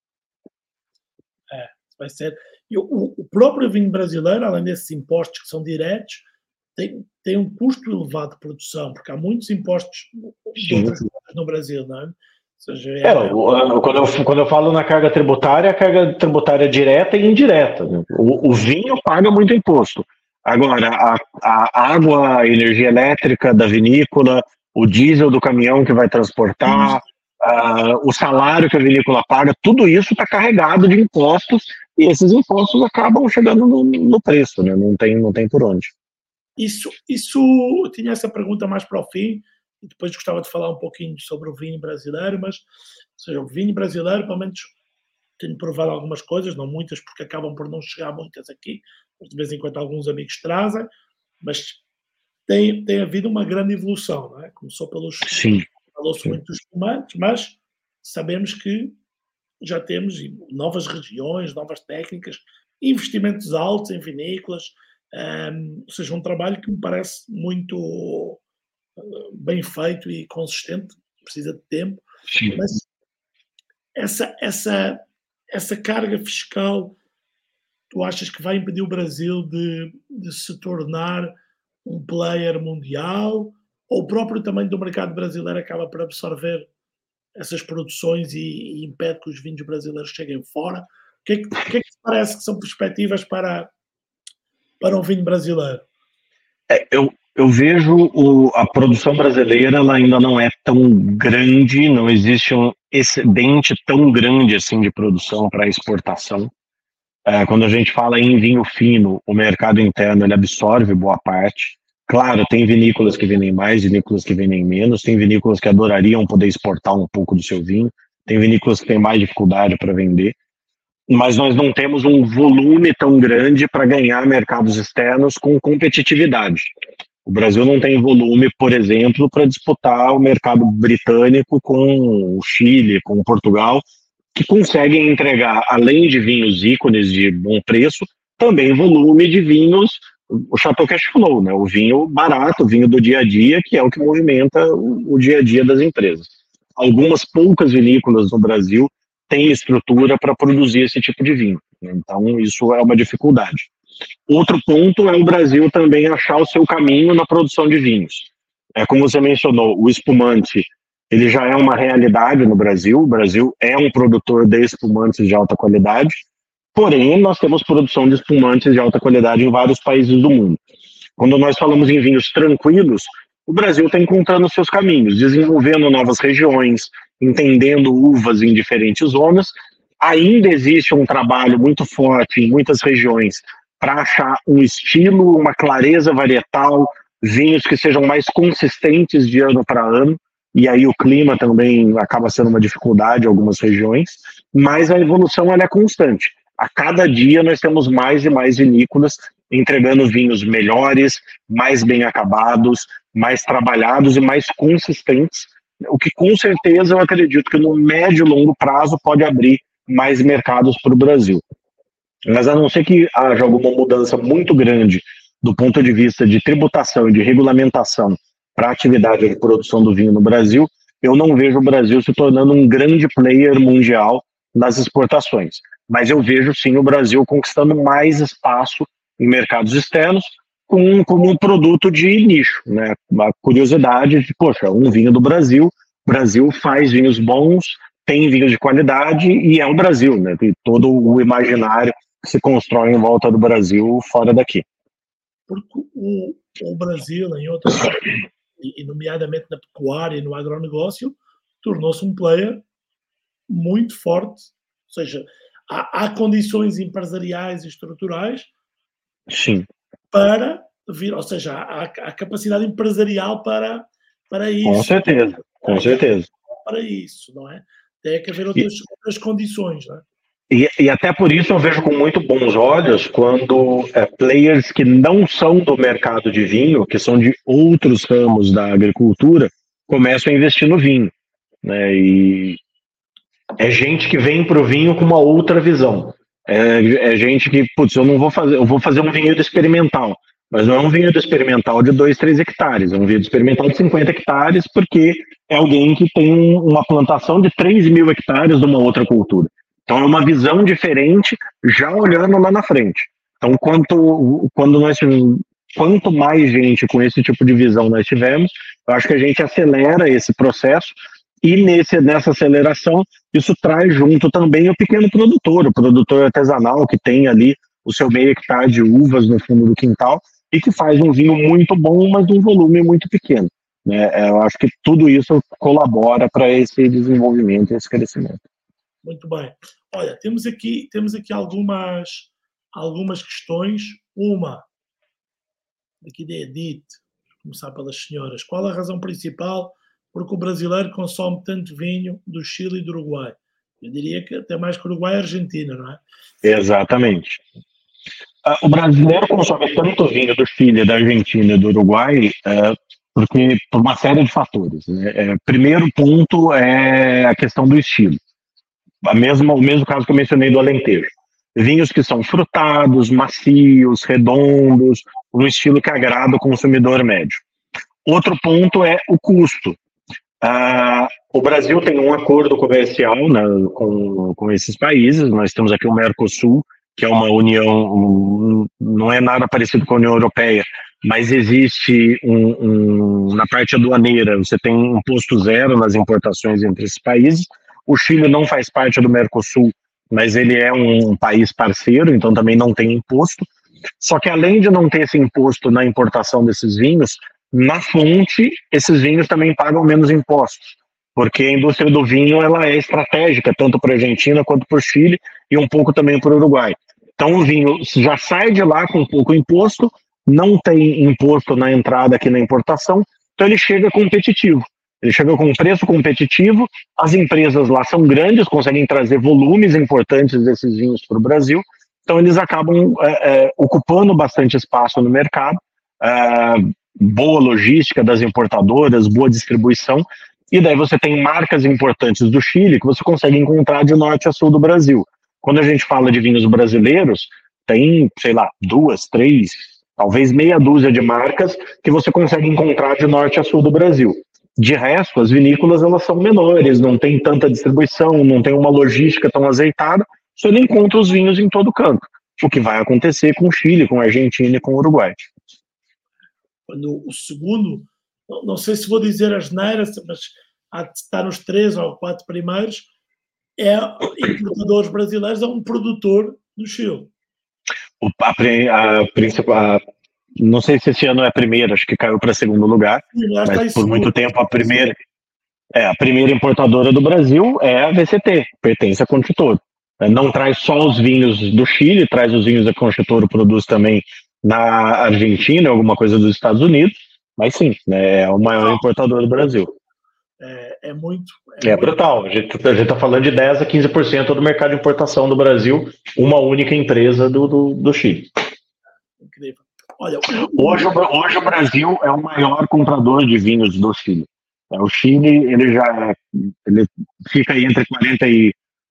Vai ser. E o próprio vinho brasileiro, além desses impostos que são diretos, tem um custo elevado de produção, porque há muitos impostos de outras coisas no Brasil, não é? Ou seja, quando eu falo na carga tributária, a carga tributária direta e indireta. Né? O vinho paga muito imposto. Agora, a água, a energia elétrica da vinícola, o diesel do caminhão que vai transportar, o salário que a vinícola paga, tudo isso está carregado de impostos, e esses impostos acabam chegando no preço, né? Não tem por onde. Isso, eu tinha essa pergunta mais para o fim, e depois gostava de falar um pouquinho sobre o vinho brasileiro, mas, ou seja, o vinho brasileiro, pelo menos, tenho provado algumas coisas, não muitas, porque acabam por não chegar muitas aqui, mas de vez em quando alguns amigos trazem, mas tem havido uma grande evolução, não é? Começou falou-se muito dos espumantes, mas sabemos que já temos novas regiões, novas técnicas, investimentos altos em vinícolas, ou seja, um trabalho que me parece muito bem feito e consistente, precisa de tempo. Sim. Mas essa carga fiscal, tu achas que vai impedir o Brasil de se tornar um player mundial, ou o próprio tamanho do mercado brasileiro acaba por absorver essas produções e impede que os vinhos brasileiros cheguem fora? O que é que te parece que são perspectivas para um vinho brasileiro? Eu vejo a produção brasileira, ela ainda não é tão grande, não existe um excedente tão grande assim de produção para exportação. Quando a gente fala em vinho fino, o mercado interno ele absorve boa parte. Claro, tem vinícolas que vendem mais, vinícolas que vendem menos, tem vinícolas que adorariam poder exportar um pouco do seu vinho, tem vinícolas que têm mais dificuldade para vender, mas nós não temos um volume tão grande para ganhar mercados externos com competitividade. O Brasil não tem volume, por exemplo, para disputar o mercado britânico com o Chile, com Portugal, que conseguem entregar, além de vinhos ícones de bom preço, também volume de vinhos, o Chateau questionou, né? O vinho barato, o vinho do dia a dia, que é o que movimenta o dia a dia das empresas. Algumas poucas vinícolas no Brasil têm estrutura para produzir esse tipo de vinho, né? Então isso é uma dificuldade. Outro ponto é o Brasil também achar o seu caminho na produção de vinhos. Como você mencionou, o espumante ele já é uma realidade no Brasil. O Brasil é um produtor de espumantes de alta qualidade, porém nós temos produção de espumantes de alta qualidade em vários países do mundo. Quando nós falamos em vinhos tranquilos, o Brasil está encontrando seus caminhos, desenvolvendo novas regiões, entendendo uvas em diferentes zonas. Ainda existe um trabalho muito forte em muitas regiões para achar um estilo, uma clareza varietal, vinhos que sejam mais consistentes de ano para ano, e aí o clima também acaba sendo uma dificuldade em algumas regiões, mas a evolução ela é constante. A cada dia nós temos mais e mais vinícolas entregando vinhos melhores, mais bem acabados, mais trabalhados e mais consistentes, o que com certeza eu acredito que no médio e longo prazo pode abrir mais mercados para o Brasil. Mas a não ser que haja alguma mudança muito grande do ponto de vista de tributação e de regulamentação para a atividade de produção do vinho no Brasil, eu não vejo o Brasil se tornando um grande player mundial nas exportações. Mas eu vejo sim o Brasil conquistando mais espaço em mercados externos como um produto de nicho, né? A curiosidade de, poxa, um vinho do Brasil, o Brasil faz vinhos bons, tem vinhos de qualidade e é o Brasil, né? Tem todo o imaginário que se constrói em volta do Brasil fora daqui. Porque o Brasil, em outras e nomeadamente na pecuária e no agronegócio, tornou-se um player muito forte, ou seja, há condições empresariais e estruturais Sim. para vir, ou seja, há capacidade empresarial para isso. Com certeza, com certeza. Para isso, não é? Tem que haver outras condições, não é? E até por isso eu vejo com muito bons olhos quando players que não são do mercado de vinho, que são de outros ramos da agricultura, começam a investir no vinho, né? E é gente que vem para o vinho com uma outra visão. É gente que, putz, eu vou fazer um vinhedo experimental, mas não é um vinhedo experimental de 2, 3 hectares, é um vinhedo experimental de 50 hectares, porque é alguém que tem uma plantação de 3.000 hectares de uma outra cultura. Então é uma visão diferente, já olhando lá na frente. Então quanto mais gente com esse tipo de visão nós tivermos, eu acho que a gente acelera esse processo e nessa aceleração isso traz junto também o pequeno produtor, o produtor artesanal que tem ali o seu meio hectare de uvas no fundo do quintal e que faz um vinho muito bom, mas de um volume muito pequeno, né? Eu acho que tudo isso colabora para esse desenvolvimento e esse crescimento. Muito bem. Olha, temos aqui algumas questões. Uma, aqui da Edith, vou começar pelas senhoras. Qual a razão principal por que o brasileiro consome tanto vinho do Chile e do Uruguai? Eu diria que até mais que o Uruguai e a Argentina, não é? Exatamente. O brasileiro consome tanto vinho do Chile, da Argentina e do Uruguai porque por uma série de fatores, né? Primeiro ponto é a questão do estilo. O mesmo caso que eu mencionei do Alentejo. Vinhos que são frutados, macios, redondos, um estilo que agrada o consumidor médio. Outro ponto é o custo. O Brasil tem um acordo comercial, né, com esses países. Nós temos aqui o Mercosul, que é uma união, não é nada parecido com a União Europeia, mas existe na parte aduaneira, você tem um imposto zero nas importações entre esses países. O Chile não faz parte do Mercosul, mas ele é um país parceiro, então também não tem imposto. Só que além de não ter esse imposto na importação desses vinhos, na fonte, esses vinhos também pagam menos impostos, porque a indústria do vinho ela é estratégica, tanto para a Argentina quanto para o Chile e um pouco também para o Uruguai. Então o vinho já sai de lá com pouco imposto, não tem imposto na entrada aqui na importação, então ele chega competitivo. Ele chega com um preço competitivo, as empresas lá são grandes, conseguem trazer volumes importantes desses vinhos para o Brasil, então eles acabam ocupando bastante espaço no mercado, boa logística das importadoras, boa distribuição, e daí você tem marcas importantes do Chile que você consegue encontrar de norte a sul do Brasil. Quando a gente fala de vinhos brasileiros, tem, sei lá, 2, 3, talvez meia dúzia de marcas que você consegue encontrar de norte a sul do Brasil. De resto, as vinícolas elas são menores, não tem tanta distribuição, não tem uma logística tão azeitada, você não encontra os vinhos em todo canto. O que vai acontecer com o Chile, com a Argentina e com o Uruguai. Quando o segundo, não sei se vou dizer asneira, mas está nos 3 ou 4 primeiros, importadores brasileiros, é um produtor do Chile. A principal... Não sei se esse ano é a primeira, acho que caiu para segundo lugar, mas por muito tempo a primeira importadora do Brasil é a VCT, pertence a Conchitoro. Não traz só os vinhos do Chile, traz os vinhos da Conchitoro, produz também na Argentina, alguma coisa dos Estados Unidos, mas sim, né, é o maior importador do Brasil. É muito... brutal, a gente está falando de 10% a 15% do mercado de importação do Brasil, uma única empresa do Chile. Incrível. Olha, hoje o Brasil é o maior comprador de vinhos do Chile. O Chile ele fica aí entre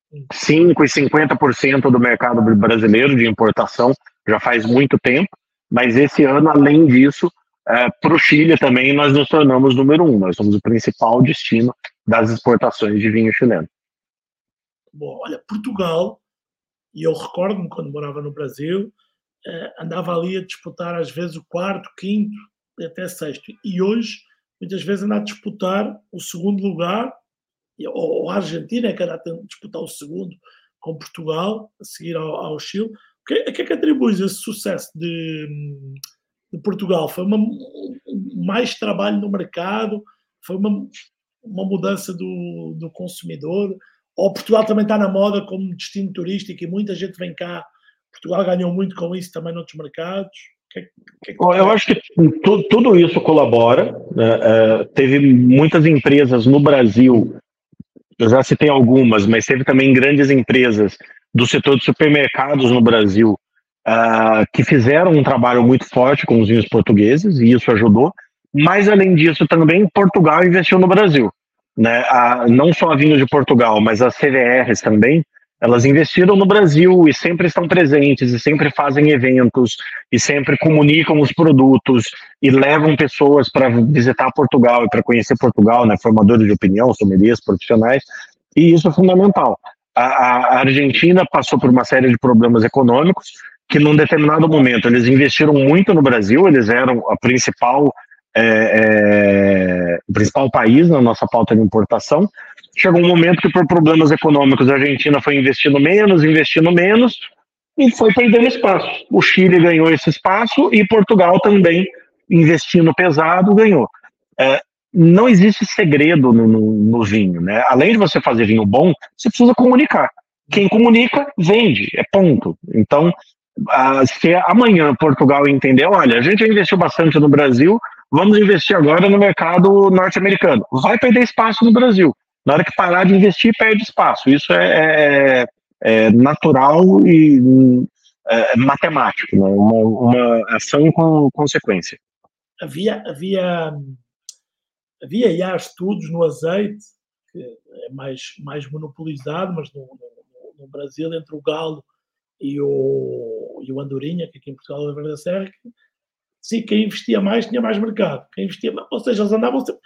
5% e 50% do mercado brasileiro de importação já faz muito tempo, mas esse ano, além disso, para o Chile também nós nos tornamos número 1, nós somos o principal destino das exportações de vinho chileno. Bom, olha, Portugal, e eu recordo-me quando morava no Brasil, andava ali a disputar às vezes o quarto, quinto e até sexto, e hoje muitas vezes anda a disputar o segundo lugar, ou a Argentina que anda a disputar o segundo com Portugal, a seguir ao Chile. A que é que atribuis esse sucesso de Portugal? Foi mais trabalho no mercado? Foi uma mudança do consumidor? Ou Portugal também está na moda como destino turístico e muita gente vem cá? Portugal ganhou muito com isso também noutros mercados? Eu acho que tudo isso colabora. Teve muitas empresas no Brasil, eu já citei algumas, mas teve também grandes empresas do setor de supermercados no Brasil que fizeram um trabalho muito forte com os vinhos portugueses, e isso ajudou. Mas, além disso, também Portugal investiu no Brasil. Né? Não só a Vinhos de Portugal, mas as CVRs também, elas investiram no Brasil e sempre estão presentes, e sempre fazem eventos, e sempre comunicam os produtos, e levam pessoas para visitar Portugal e para conhecer Portugal, né? Formadores de opinião, sommeliers, profissionais, e isso é fundamental. A Argentina passou por uma série de problemas econômicos, que num determinado momento eles investiram muito no Brasil, eles eram o principal país na nossa pauta de importação. Chegou um momento que, por problemas econômicos, a Argentina foi investindo menos, e foi perdendo espaço. O Chile ganhou esse espaço e Portugal também, investindo pesado, ganhou. Não existe segredo no vinho, né? Além de você fazer vinho bom, você precisa comunicar. Quem comunica, vende, é ponto. Então, se amanhã Portugal entender, olha, a gente já investiu bastante no Brasil, vamos investir agora no mercado norte-americano. Vai perder espaço no Brasil. Na hora que parar de investir, perde espaço. Isso é natural e matemático, né? Uma ação com consequência. Havia já estudos no azeite, que é mais monopolizado, mas no Brasil, entre o Galo e o Andorinha, que aqui em Portugal é a Verde da Serra, que sim, quem investia mais tinha mais mercado. Quem investia mais, ou seja, eles andavam sempre.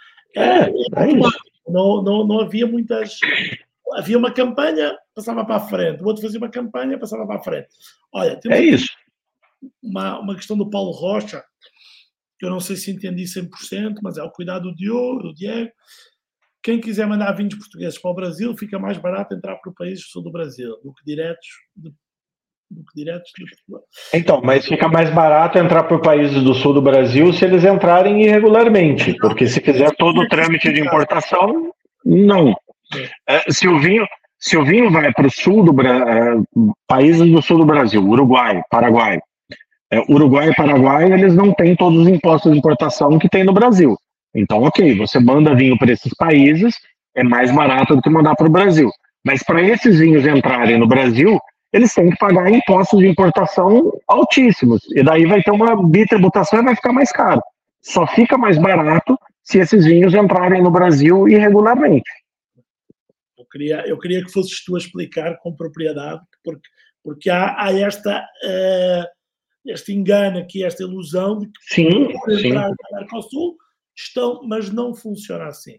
Não havia muitas. Havia uma campanha, passava para a frente. O outro fazia uma campanha, passava para a frente. Olha, temos isso. Uma questão do Paulo Rocha, que eu não sei se entendi 100%, mas é o cuidado do Diego. Quem quiser mandar vinhos portugueses para o Brasil, fica mais barato entrar para o país do sul do Brasil do que diretos de Portugal. Então, mas fica mais barato entrar por países do sul do Brasil se eles entrarem irregularmente, porque se fizer todo o trâmite de importação, não. Se o vinho vai para o sul países do sul do Brasil, Uruguai, Paraguai, e Paraguai, eles não têm todos os impostos de importação que tem no Brasil. Então, ok, você manda vinho para esses países, é mais barato do que mandar para o Brasil. Mas para esses vinhos entrarem no Brasil, eles têm que pagar impostos de importação altíssimos. E daí vai ter uma bitributação e vai ficar mais caro. Só fica mais barato se esses vinhos entrarem no Brasil irregularmente. Eu queria que fosses tu a explicar com propriedade, porque há este engano aqui, esta ilusão de que entrar no Mercosul estão, mas não funciona assim.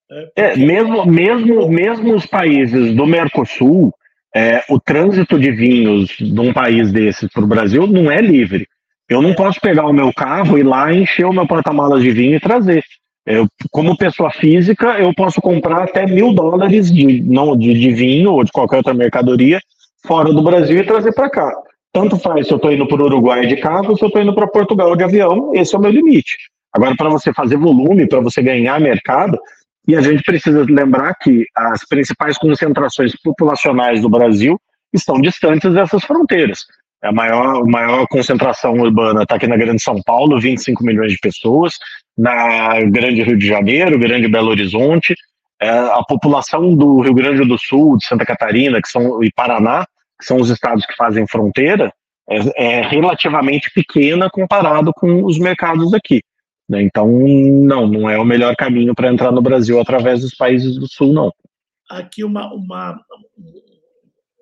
Mesmo os países do Mercosul, o trânsito de vinhos de um país desses para o Brasil não é livre. Eu não posso pegar o meu carro, ir lá, encher o meu porta-malas de vinho e trazer. Como pessoa física, eu posso comprar até $1.000 de vinho ou de qualquer outra mercadoria fora do Brasil e trazer para cá. Tanto faz se eu estou indo para o Uruguai de carro ou se eu estou indo para Portugal de avião, esse é o meu limite. Agora, para você fazer volume, para você ganhar mercado, e a gente precisa lembrar que as principais concentrações populacionais do Brasil estão distantes dessas fronteiras. A maior concentração urbana está aqui na Grande São Paulo, 25 milhões de pessoas, na Grande Rio de Janeiro, Grande Belo Horizonte, a população do Rio Grande do Sul, de Santa Catarina e Paraná, que são os estados que fazem fronteira, é relativamente pequena comparado com os mercados aqui. Então, não é o melhor caminho para entrar no Brasil através dos países do Sul, não. Há aqui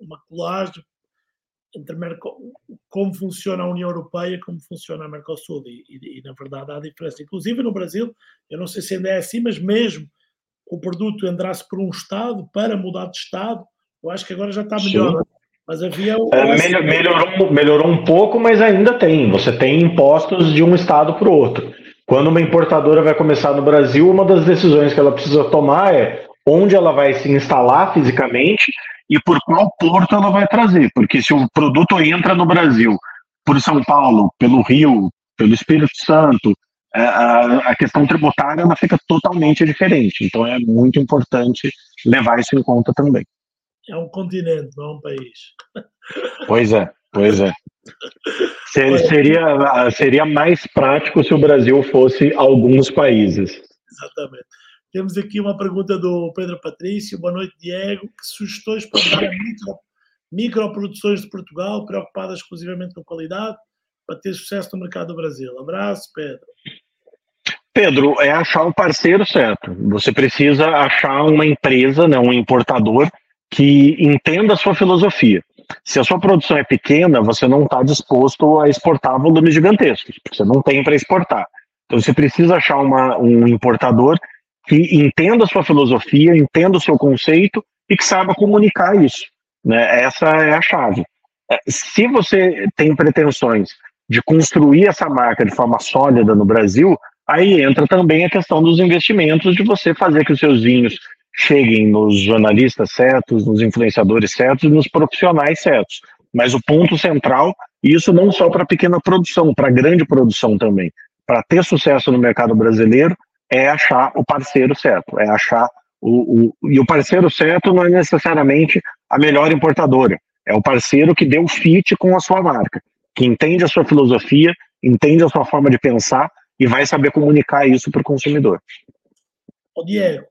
uma colagem entre como funciona a União Europeia e como funciona a Mercosul, e na verdade há diferença. Inclusive no Brasil, eu não sei se ainda é assim, mas mesmo o produto entrasse por um Estado para mudar de Estado, eu acho que agora já está melhor. Sim. Mas havia... melhorou um pouco, mas ainda tem. Você tem impostos de um Estado para o outro. Quando uma importadora vai começar no Brasil, uma das decisões que ela precisa tomar é onde ela vai se instalar fisicamente e por qual porto ela vai trazer. Porque se o produto entra no Brasil por São Paulo, pelo Rio, pelo Espírito Santo, a questão tributária ela fica totalmente diferente. Então é muito importante levar isso em conta também. É um continente, não é um país. Pois é. Seria mais prático se o Brasil fosse alguns países. Exatamente. Temos aqui uma pergunta do Pedro Patrício. Boa noite, Diego. Que sugestões para dar a microproduções de Portugal preocupadas exclusivamente com qualidade para ter sucesso no mercado do Brasil? Abraço, Pedro. Pedro, é achar o parceiro certo. Você precisa achar uma empresa, né, um importador que entenda a sua filosofia. Se a sua produção é pequena, você não está disposto a exportar volumes gigantescos, porque você não tem para exportar. Então você precisa achar um importador que entenda a sua filosofia, entenda o seu conceito e que saiba comunicar isso, né? Essa é a chave. Se você tem pretensões de construir essa marca de forma sólida no Brasil, aí entra também a questão dos investimentos, de você fazer que os seus vinhos cheguem nos jornalistas certos, nos influenciadores certos e nos profissionais certos. Mas o ponto central, e isso não só para pequena produção, para grande produção também, para ter sucesso no mercado brasileiro, é achar o parceiro certo, é achar e o parceiro certo não é necessariamente a melhor importadora, é o parceiro que deu fit com a sua marca, que entende a sua filosofia, entende a sua forma de pensar e vai saber comunicar isso para o consumidor. Diego,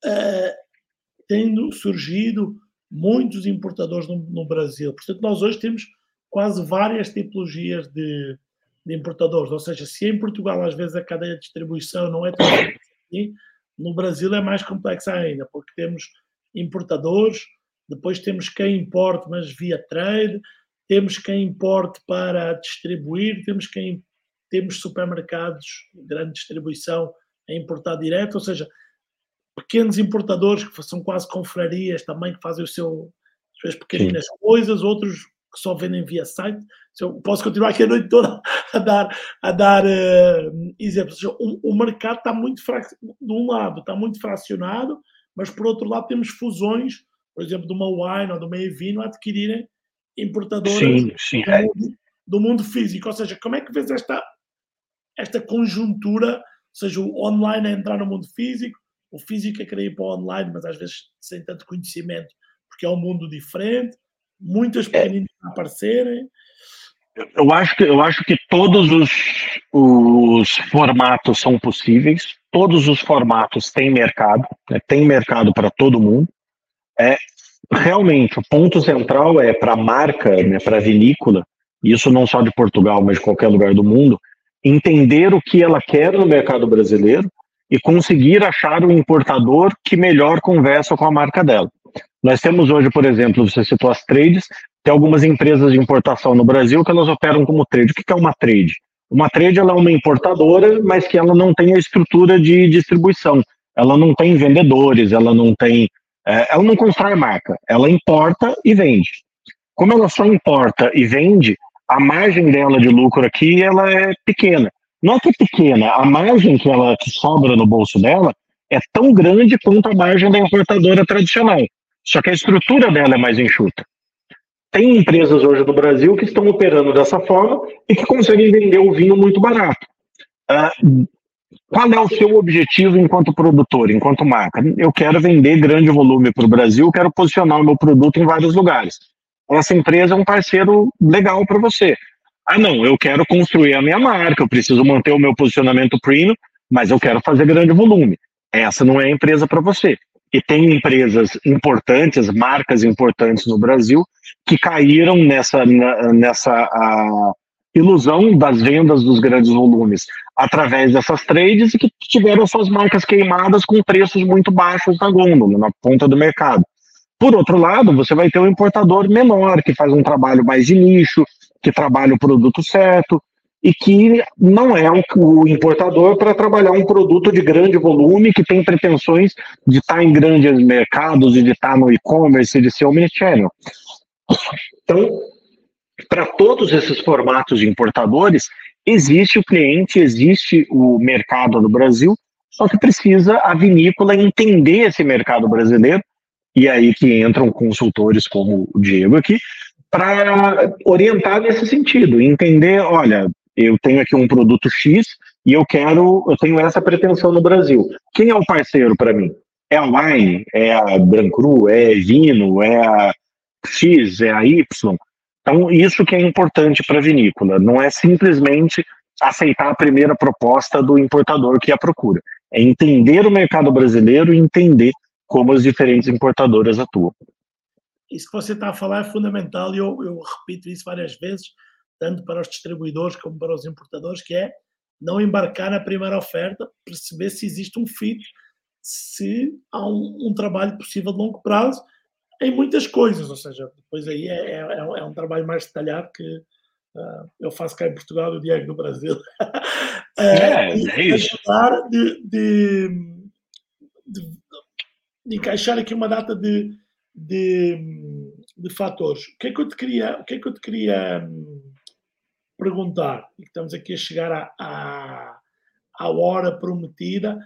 tendo surgido muitos importadores no Brasil, portanto nós hoje temos quase várias tipologias de importadores, ou seja, se em Portugal às vezes a cadeia de distribuição não é tão simples assim, no Brasil é mais complexa ainda, porque temos importadores, depois temos quem importe mas via trade, temos quem importe para distribuir, temos supermercados de grande distribuição a importar direto, ou seja, pequenos importadores que são quase confrarias também, que fazem as suas pequeninas coisas, outros que só vendem via site. Eu posso continuar aqui a noite toda a dar exemplos. O mercado está muito de um lado está muito fracionado, mas por outro lado temos fusões, por exemplo, de uma Wine ou de uma Evino a adquirirem importadoras do mundo físico. Ou seja, como é que vês esta conjuntura, ou seja, o online a entrar no mundo físico, o físico a querer ir para o online, mas às vezes sem tanto conhecimento, porque é um mundo diferente, muitas pequeninas a aparecerem. Eu acho que todos os formatos são possíveis, todos os formatos têm mercado, né, tem mercado para todo mundo. Realmente, o ponto central é para a marca, né, para a vinícola, isso não só de Portugal, mas de qualquer lugar do mundo, entender o que ela quer no mercado brasileiro e conseguir achar um importador que melhor conversa com a marca dela. Nós temos hoje, por exemplo, você citou as trades, tem algumas empresas de importação no Brasil que elas operam como trade. O que é uma trade? Uma trade ela é uma importadora, mas que ela não tem a estrutura de distribuição. Ela não tem vendedores, ela não constrói marca. Ela importa e vende. Como ela só importa e vende, a margem dela de lucro aqui ela é pequena. Não é que é pequena, a margem que sobra no bolso dela é tão grande quanto a margem da importadora tradicional. Só que a estrutura dela é mais enxuta. Tem empresas hoje no Brasil que estão operando dessa forma e que conseguem vender o vinho muito barato. Qual é o seu objetivo enquanto produtor, enquanto marca? Eu quero vender grande volume para o Brasil, quero posicionar o meu produto em vários lugares. Essa empresa é um parceiro legal para você. Não, eu quero construir a minha marca, eu preciso manter o meu posicionamento premium, mas eu quero fazer grande volume. Essa não é a empresa para você. E tem empresas importantes, marcas importantes no Brasil, que caíram nessa ilusão das vendas dos grandes volumes através dessas trades e que tiveram suas marcas queimadas com preços muito baixos na gôndola, na ponta do mercado. Por outro lado, você vai ter um importador menor, que faz um trabalho mais de nicho, que trabalha o produto certo, e que não é o importador para trabalhar um produto de grande volume, que tem pretensões de estar em grandes mercados, de estar no e-commerce, de ser omnichannel. Então, para todos esses formatos de importadores, existe o cliente, existe o mercado no Brasil, só que precisa a vinícola entender esse mercado brasileiro, e aí que entram consultores como o Diego aqui, para orientar nesse sentido, entender, olha, eu tenho aqui um produto X e eu tenho essa pretensão no Brasil. Quem é o parceiro para mim? É a Wine? É a Brancru? É Vino? É a X? É a Y? Então, isso que é importante para a vinícola, não é simplesmente aceitar a primeira proposta do importador que a procura, é entender o mercado brasileiro e entender como as diferentes importadoras atuam. Isso que você está a falar é fundamental e eu repito isso várias vezes, tanto para os distribuidores como para os importadores, que é não embarcar na primeira oferta, perceber se existe um fit, se há um trabalho possível de longo prazo em muitas coisas, ou seja, depois aí é um trabalho mais detalhado que eu faço cá em Portugal e o Diego no Brasil. É isso. Ajudar de encaixar aqui uma data de fatores. O que é que eu te queria perguntar? E estamos aqui a chegar à hora prometida.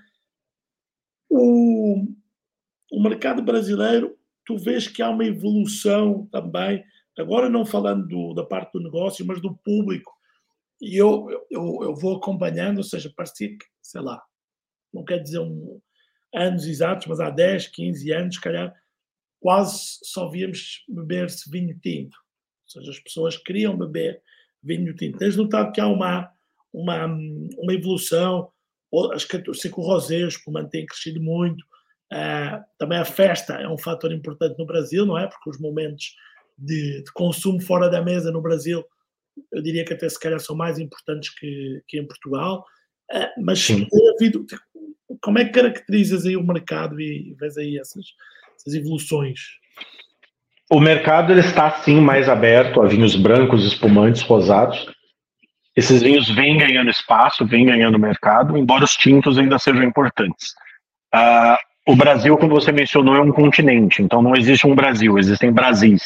O mercado brasileiro, tu vês que há uma evolução também, agora não falando da parte do negócio, mas do público, e eu vou acompanhando, ou seja, parecia que, sei lá, não quero dizer anos exatos, mas há 10, 15 anos, se calhar, quase só víamos beber-se vinho tinto. Ou seja, as pessoas queriam beber vinho tinto. Tens notado que há uma evolução, sei que o rosé, o espumante tem crescido muito, também a festa é um fator importante no Brasil, não é? Porque os momentos de consumo fora da mesa no Brasil, eu diria que até se calhar são mais importantes que em Portugal. Mas tem havido, como é que caracterizas aí o mercado e vês aí essas evoluções? O mercado ele está sim mais aberto a vinhos brancos, espumantes, rosados. Esses vinhos vêm ganhando espaço, vêm ganhando mercado, embora os tintos ainda sejam importantes. O Brasil, como você mencionou, é um continente, então não existe um Brasil, existem Brasis.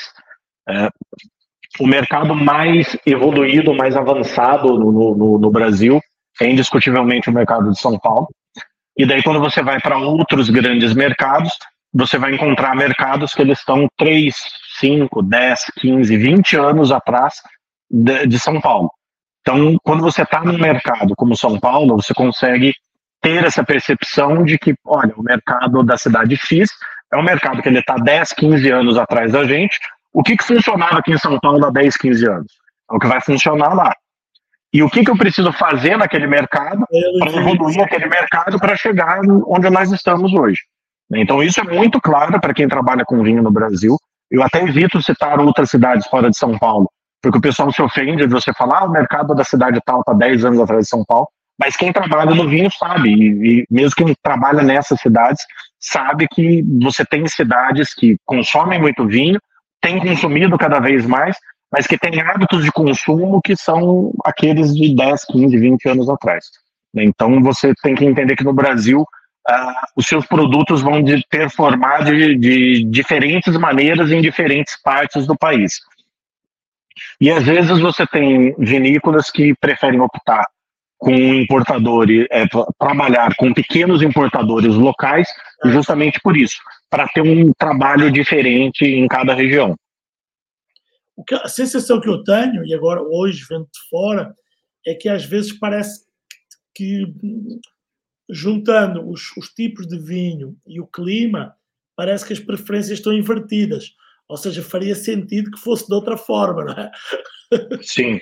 O mercado mais evoluído, mais avançado no Brasil é indiscutivelmente o mercado de São Paulo. E daí quando você vai para outros grandes mercados, você vai encontrar mercados que eles estão 3, 5, 10, 15, 20 anos atrás de São Paulo. Então, quando você está num mercado como São Paulo, você consegue ter essa percepção de que, olha, o mercado da cidade X é um mercado que ele está 10, 15 anos atrás da gente. O que funcionava aqui em São Paulo há 10, 15 anos? É o que vai funcionar lá. E o que eu preciso fazer naquele mercado para evoluir aquele mercado para chegar onde nós estamos hoje. Então, isso é muito claro para quem trabalha com vinho no Brasil. Eu até evito citar outras cidades fora de São Paulo, porque o pessoal se ofende de você falar o mercado da cidade tal está 10 anos atrás de São Paulo, mas quem trabalha no vinho sabe, e mesmo quem trabalha nessas cidades sabe que você tem cidades que consomem muito vinho, tem consumido cada vez mais, mas que tem hábitos de consumo que são aqueles de 10, 15, 20 anos atrás. Então, você tem que entender que no Brasil, os seus produtos vão performar de diferentes maneiras em diferentes partes do país. E, às vezes, você tem vinícolas que preferem optar com importadores, trabalhar com pequenos importadores locais, justamente por isso, para ter um trabalho diferente em cada região. A sensação que eu tenho, e agora hoje vendo de fora, é que às vezes parece que juntando os tipos de vinho e o clima, parece que as preferências estão invertidas. Ou seja, faria sentido que fosse de outra forma, não é? Sim.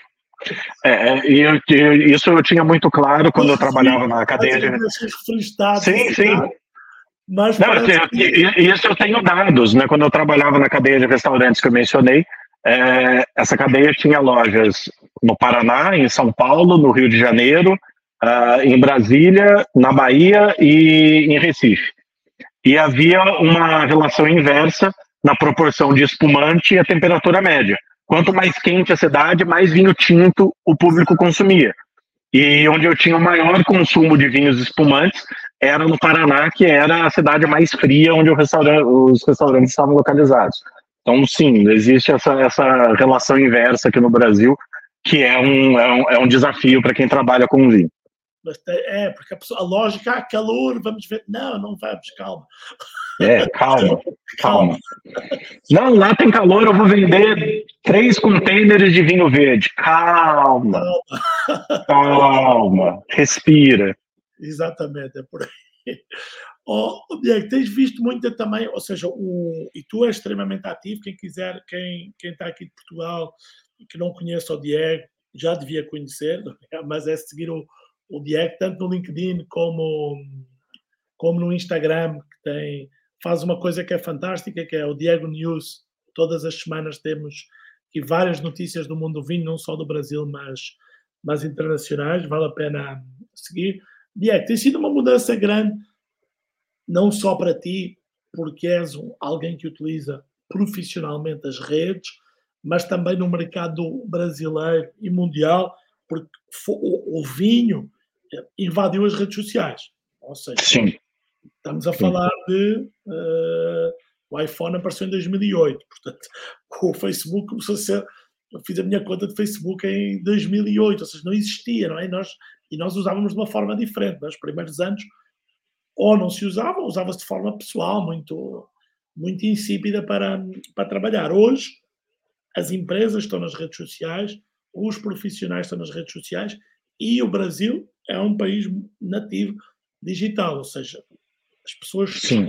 Isso eu tinha muito claro quando eu trabalhava na cadeia de... Sim. Mas isso eu tenho dados, né? Quando eu trabalhava na cadeia de restaurantes que eu mencionei, essa cadeia tinha lojas no Paraná, em São Paulo, no Rio de Janeiro, em Brasília, na Bahia e em Recife. E havia uma relação inversa na proporção de espumante e a temperatura média. Quanto mais quente a cidade, mais vinho tinto o público consumia. E onde eu tinha o maior consumo de vinhos espumantes era no Paraná, que era a cidade mais fria onde os restaurantes estavam localizados. Então, sim, existe essa relação inversa aqui no Brasil, que é um desafio para quem trabalha com vinho. Porque a lógica, calor, vamos ver. Não vamos, calma. Calma. Não, lá tem calor, eu vou vender 3 containers de vinho verde. Calma. Respira. Exatamente, é por aí. Diego, tens visto muito também, ou seja, e tu és extremamente ativo, quem quiser, quem está aqui de Portugal e que não conhece o Diego, já devia conhecer, mas é seguir o Diego, tanto no LinkedIn como no Instagram, que faz uma coisa que é fantástica, que é o Diego News. Todas as semanas temos aqui várias notícias do mundo do vinho, não só do Brasil, mas internacionais, vale a pena seguir. Diego, tem sido uma mudança grande, não só para ti, porque és alguém que utiliza profissionalmente as redes, mas também no mercado brasileiro e mundial, porque o vinho invadiu as redes sociais. Ou seja, sim. Estamos a falar de... o iPhone apareceu em 2008, portanto, o Facebook começou a ser... Eu fiz a minha conta de Facebook em 2008, ou seja, não existia, não é? E nós usávamos de uma forma diferente. Nos primeiros anos, ou não se usava-se de forma pessoal, muito, muito insípida para trabalhar. Hoje, as empresas estão nas redes sociais, os profissionais estão nas redes sociais, e o Brasil é um país nativo digital, ou seja, as pessoas... Sim,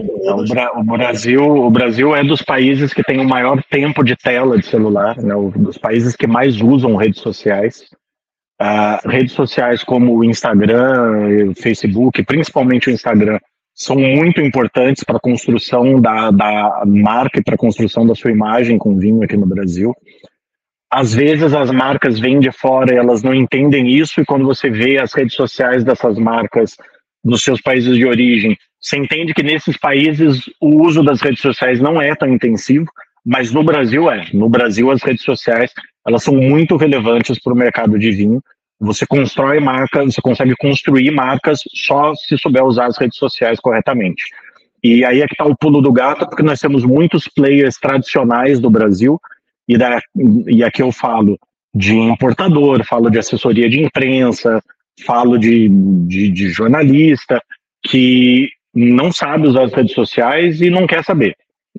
o Brasil é dos países que tem o maior tempo de tela de celular, né? Dos países que mais usam redes sociais. Redes sociais como o Instagram, o Facebook, principalmente o Instagram, são muito importantes para a construção da marca e para a construção da sua imagem com vinho aqui no Brasil. Às vezes as marcas vêm de fora e elas não entendem isso, e quando você vê as redes sociais dessas marcas nos seus países de origem, você entende que nesses países o uso das redes sociais não é tão intensivo, mas no Brasil é. No Brasil as redes sociais, elas são muito relevantes para o mercado de vinho. Você constrói marcas, você consegue construir marcas só se souber usar as redes sociais corretamente. E aí é que está o pulo do gato, porque nós temos muitos players tradicionais do Brasil, e aqui eu falo de importador, falo de assessoria de imprensa, falo de jornalista, que não sabe usar as redes sociais e não quer saber.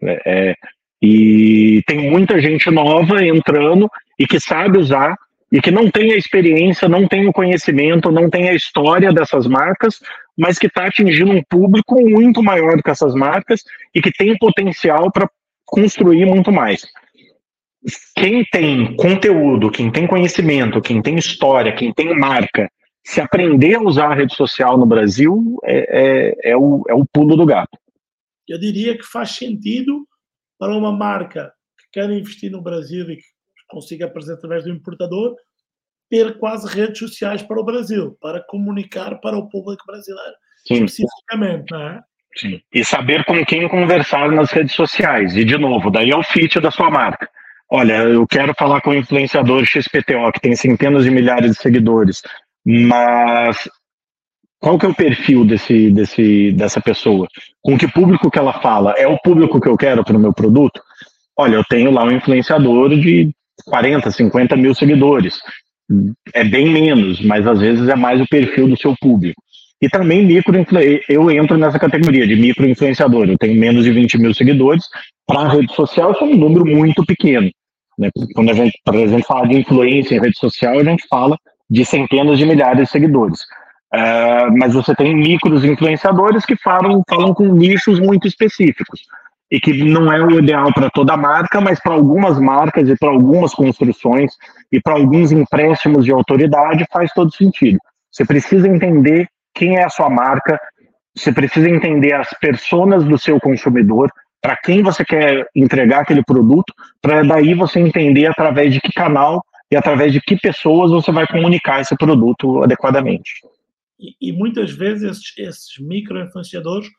E tem muita gente nova entrando e que sabe usar e que não tem a experiência, não tem o conhecimento, não tem a história dessas marcas, mas que está atingindo um público muito maior do que essas marcas e que tem potencial para construir muito mais. Quem tem conteúdo, quem tem conhecimento, quem tem história, quem tem marca, se aprender a usar a rede social no Brasil, é o pulo do gato. Eu diria que faz sentido para uma marca que quer investir no Brasil e que consiga apresentar através do importador, ter quase redes sociais para o Brasil, para comunicar para o público brasileiro. Sim. Especificamente, não é? Sim. E saber com quem conversar nas redes sociais. E, de novo, daí é o fit da sua marca. Olha, eu quero falar com o influenciador XPTO, que tem centenas de milhares de seguidores, mas qual que é o perfil dessa pessoa? Com que público que ela fala? É o público que eu quero para o meu produto? Olha, eu tenho lá um influenciador de 40, 50 mil seguidores. É bem menos, mas às vezes é mais o perfil do seu público. E também eu entro nessa categoria de micro-influenciador. Eu tenho menos de 20 mil seguidores. Para a rede social, isso é um número muito pequeno. Né? Quando a gente fala de influência em rede social, a gente fala de centenas de milhares de seguidores. Mas você tem micro-influenciadores que falam com nichos muito específicos. E que não é o ideal para toda a marca, mas para algumas marcas e para algumas construções e para alguns empréstimos de autoridade faz todo sentido. Você precisa entender quem é a sua marca, você precisa entender as personas do seu consumidor, para quem você quer entregar aquele produto, para daí você entender através de que canal e através de que pessoas você vai comunicar esse produto adequadamente. E muitas vezes esses micro-influenciadores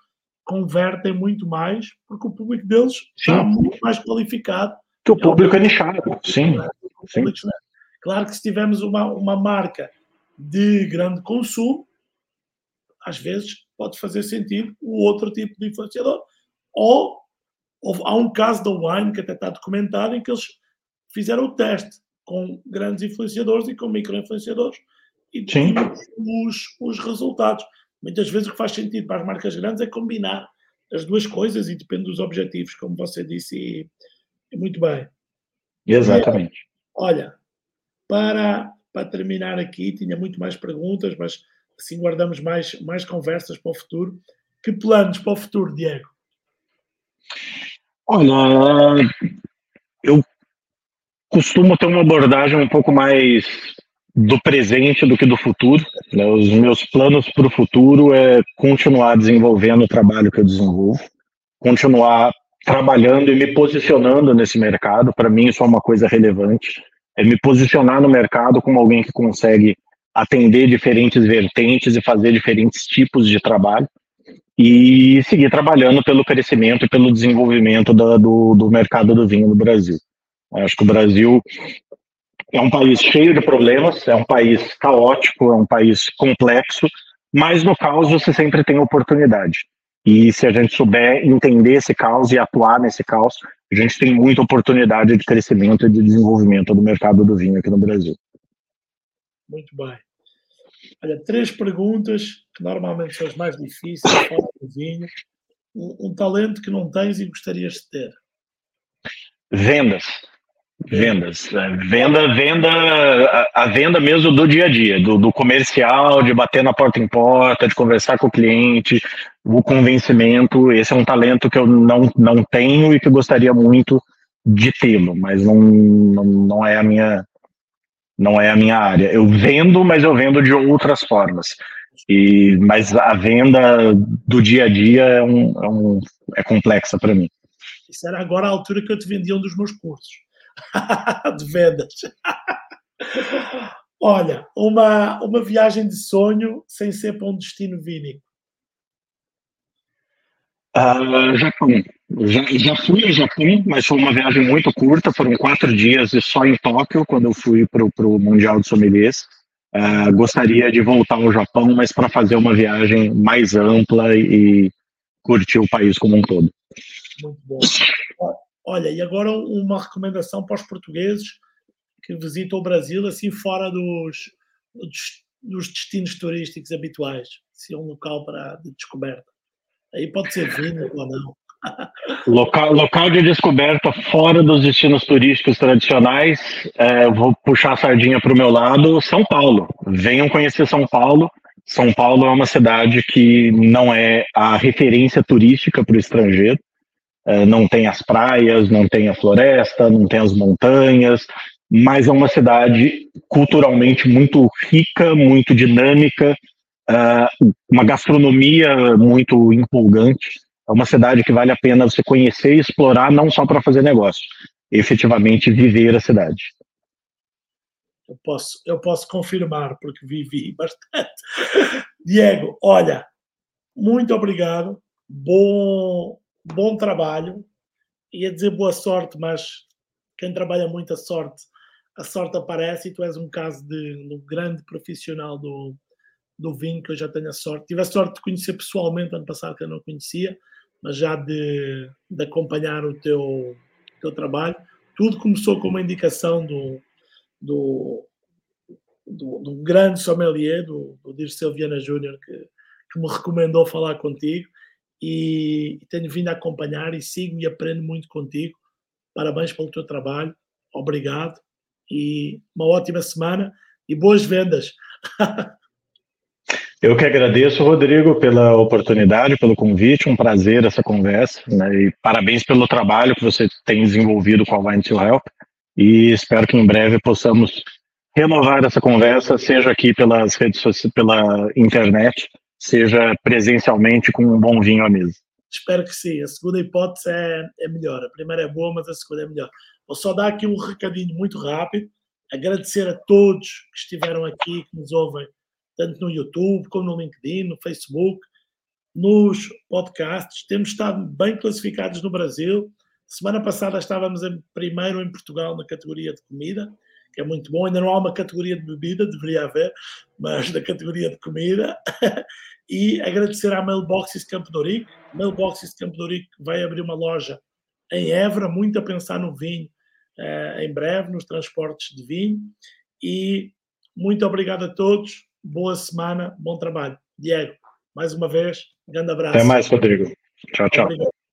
convertem muito mais, porque o público deles está muito mais qualificado. Que o público é nichado, sim. Claro que se tivermos uma marca de grande consumo, às vezes pode fazer sentido o outro tipo de influenciador. Ou há um caso da Wine que até está documentado em que eles fizeram o teste com grandes influenciadores e com micro-influenciadores e os resultados. Muitas vezes o que faz sentido para as marcas grandes é combinar as duas coisas e depende dos objetivos, como você disse, e muito bem. Exatamente. E, olha, para terminar aqui, tinha muito mais perguntas, mas assim guardamos mais conversas para o futuro. Que planos para o futuro, Diego? Olha, eu costumo ter uma abordagem um pouco mais do presente do que do futuro, né? Os meus planos para o futuro é continuar desenvolvendo o trabalho que eu desenvolvo, continuar trabalhando e me posicionando nesse mercado. Para mim isso é uma coisa relevante, é me posicionar no mercado como alguém que consegue atender diferentes vertentes e fazer diferentes tipos de trabalho e seguir trabalhando pelo crescimento e pelo desenvolvimento do mercado do vinho no Brasil. Eu acho que o Brasil é um país cheio de problemas, é um país caótico, é um país complexo, mas no caos você sempre tem oportunidade. E se a gente souber entender esse caos e atuar nesse caos, a gente tem muita oportunidade de crescimento e de desenvolvimento do mercado do vinho aqui no Brasil. Muito bem. Olha, 3 perguntas que normalmente são as mais difíceis, fora do vinho. Um talento que não tens e gostarias de ter. Vendas. A venda mesmo do dia a dia, do comercial, de bater na porta em porta, de conversar com o cliente, o convencimento. Esse é um talento que eu não tenho e que gostaria muito de tê-lo, mas não é a minha área. Eu vendo, mas eu vendo de outras formas. Mas a venda do dia a dia é complexa para mim. Isso era agora a altura que eu te vendia um dos meus cursos de vendas. Olha, uma viagem de sonho sem ser para um destino vínico. Japão. Já fui ao Japão, mas foi uma viagem muito curta, foram 4 dias e só em Tóquio, quando eu fui para o Mundial de Sommeliers. Gostaria de voltar ao Japão, mas para fazer uma viagem mais ampla e curtir o país como um todo. Muito bom. Olha, e agora uma recomendação para os portugueses que visitam o Brasil, assim fora dos destinos turísticos habituais, se é um local de descoberta. Aí pode ser vinho ou não. Local de descoberta fora dos destinos turísticos tradicionais, vou puxar a sardinha para o meu lado, São Paulo. Venham conhecer São Paulo. São Paulo é uma cidade que não é a referência turística para o estrangeiro. Não tem as praias, não tem a floresta, não tem as montanhas, mas é uma cidade culturalmente muito rica, muito dinâmica, uma gastronomia muito empolgante. É uma cidade que vale a pena você conhecer e explorar, não só para fazer negócio, efetivamente viver a cidade. Eu posso confirmar, porque vivi bastante. Diego, olha, muito obrigado, bom trabalho. Ia dizer boa sorte, mas quem trabalha muito a sorte aparece, e tu és um caso de um grande profissional do vinho, que eu já tenho a sorte. Tive a sorte de conhecer pessoalmente ano passado, que eu não conhecia, mas já de acompanhar o teu trabalho. Tudo começou com uma indicação do grande sommelier, do Dirceu Viana Júnior, que me recomendou falar contigo, e tenho vindo a acompanhar e sigo e aprendo muito contigo. Parabéns pelo teu trabalho, obrigado e uma ótima semana e boas vendas. Eu que agradeço, Rodrigo, pela oportunidade, pelo convite, um prazer essa conversa, né? E parabéns pelo trabalho que você tem desenvolvido com a Wine to Help, e espero que em breve possamos renovar essa conversa, seja aqui pelas redes sociais, pela internet, seja presencialmente com um bom vinho à mesa. Espero que sim. A segunda hipótese é melhor. A primeira é boa, mas a segunda é melhor. Vou só dar aqui um recadinho muito rápido. Agradecer a todos que estiveram aqui, que nos ouvem, tanto no YouTube, como no LinkedIn, no Facebook. nos podcasts. Temos estado bem classificados no Brasil. Semana passada estávamos primeiro em Portugal na categoria de comida, que é muito bom. Ainda não há uma categoria de bebida, deveria haver, mas na categoria de comida. E agradecer à Mailboxes Campo de Ourique. Mailboxes Campo de Ourique vai abrir uma loja em Évora, muito a pensar no vinho em breve, nos transportes de vinho. E muito obrigado a todos. Boa semana, bom trabalho. Diego, mais uma vez, grande abraço. Até mais, Rodrigo. Tchau, tchau. Obrigado.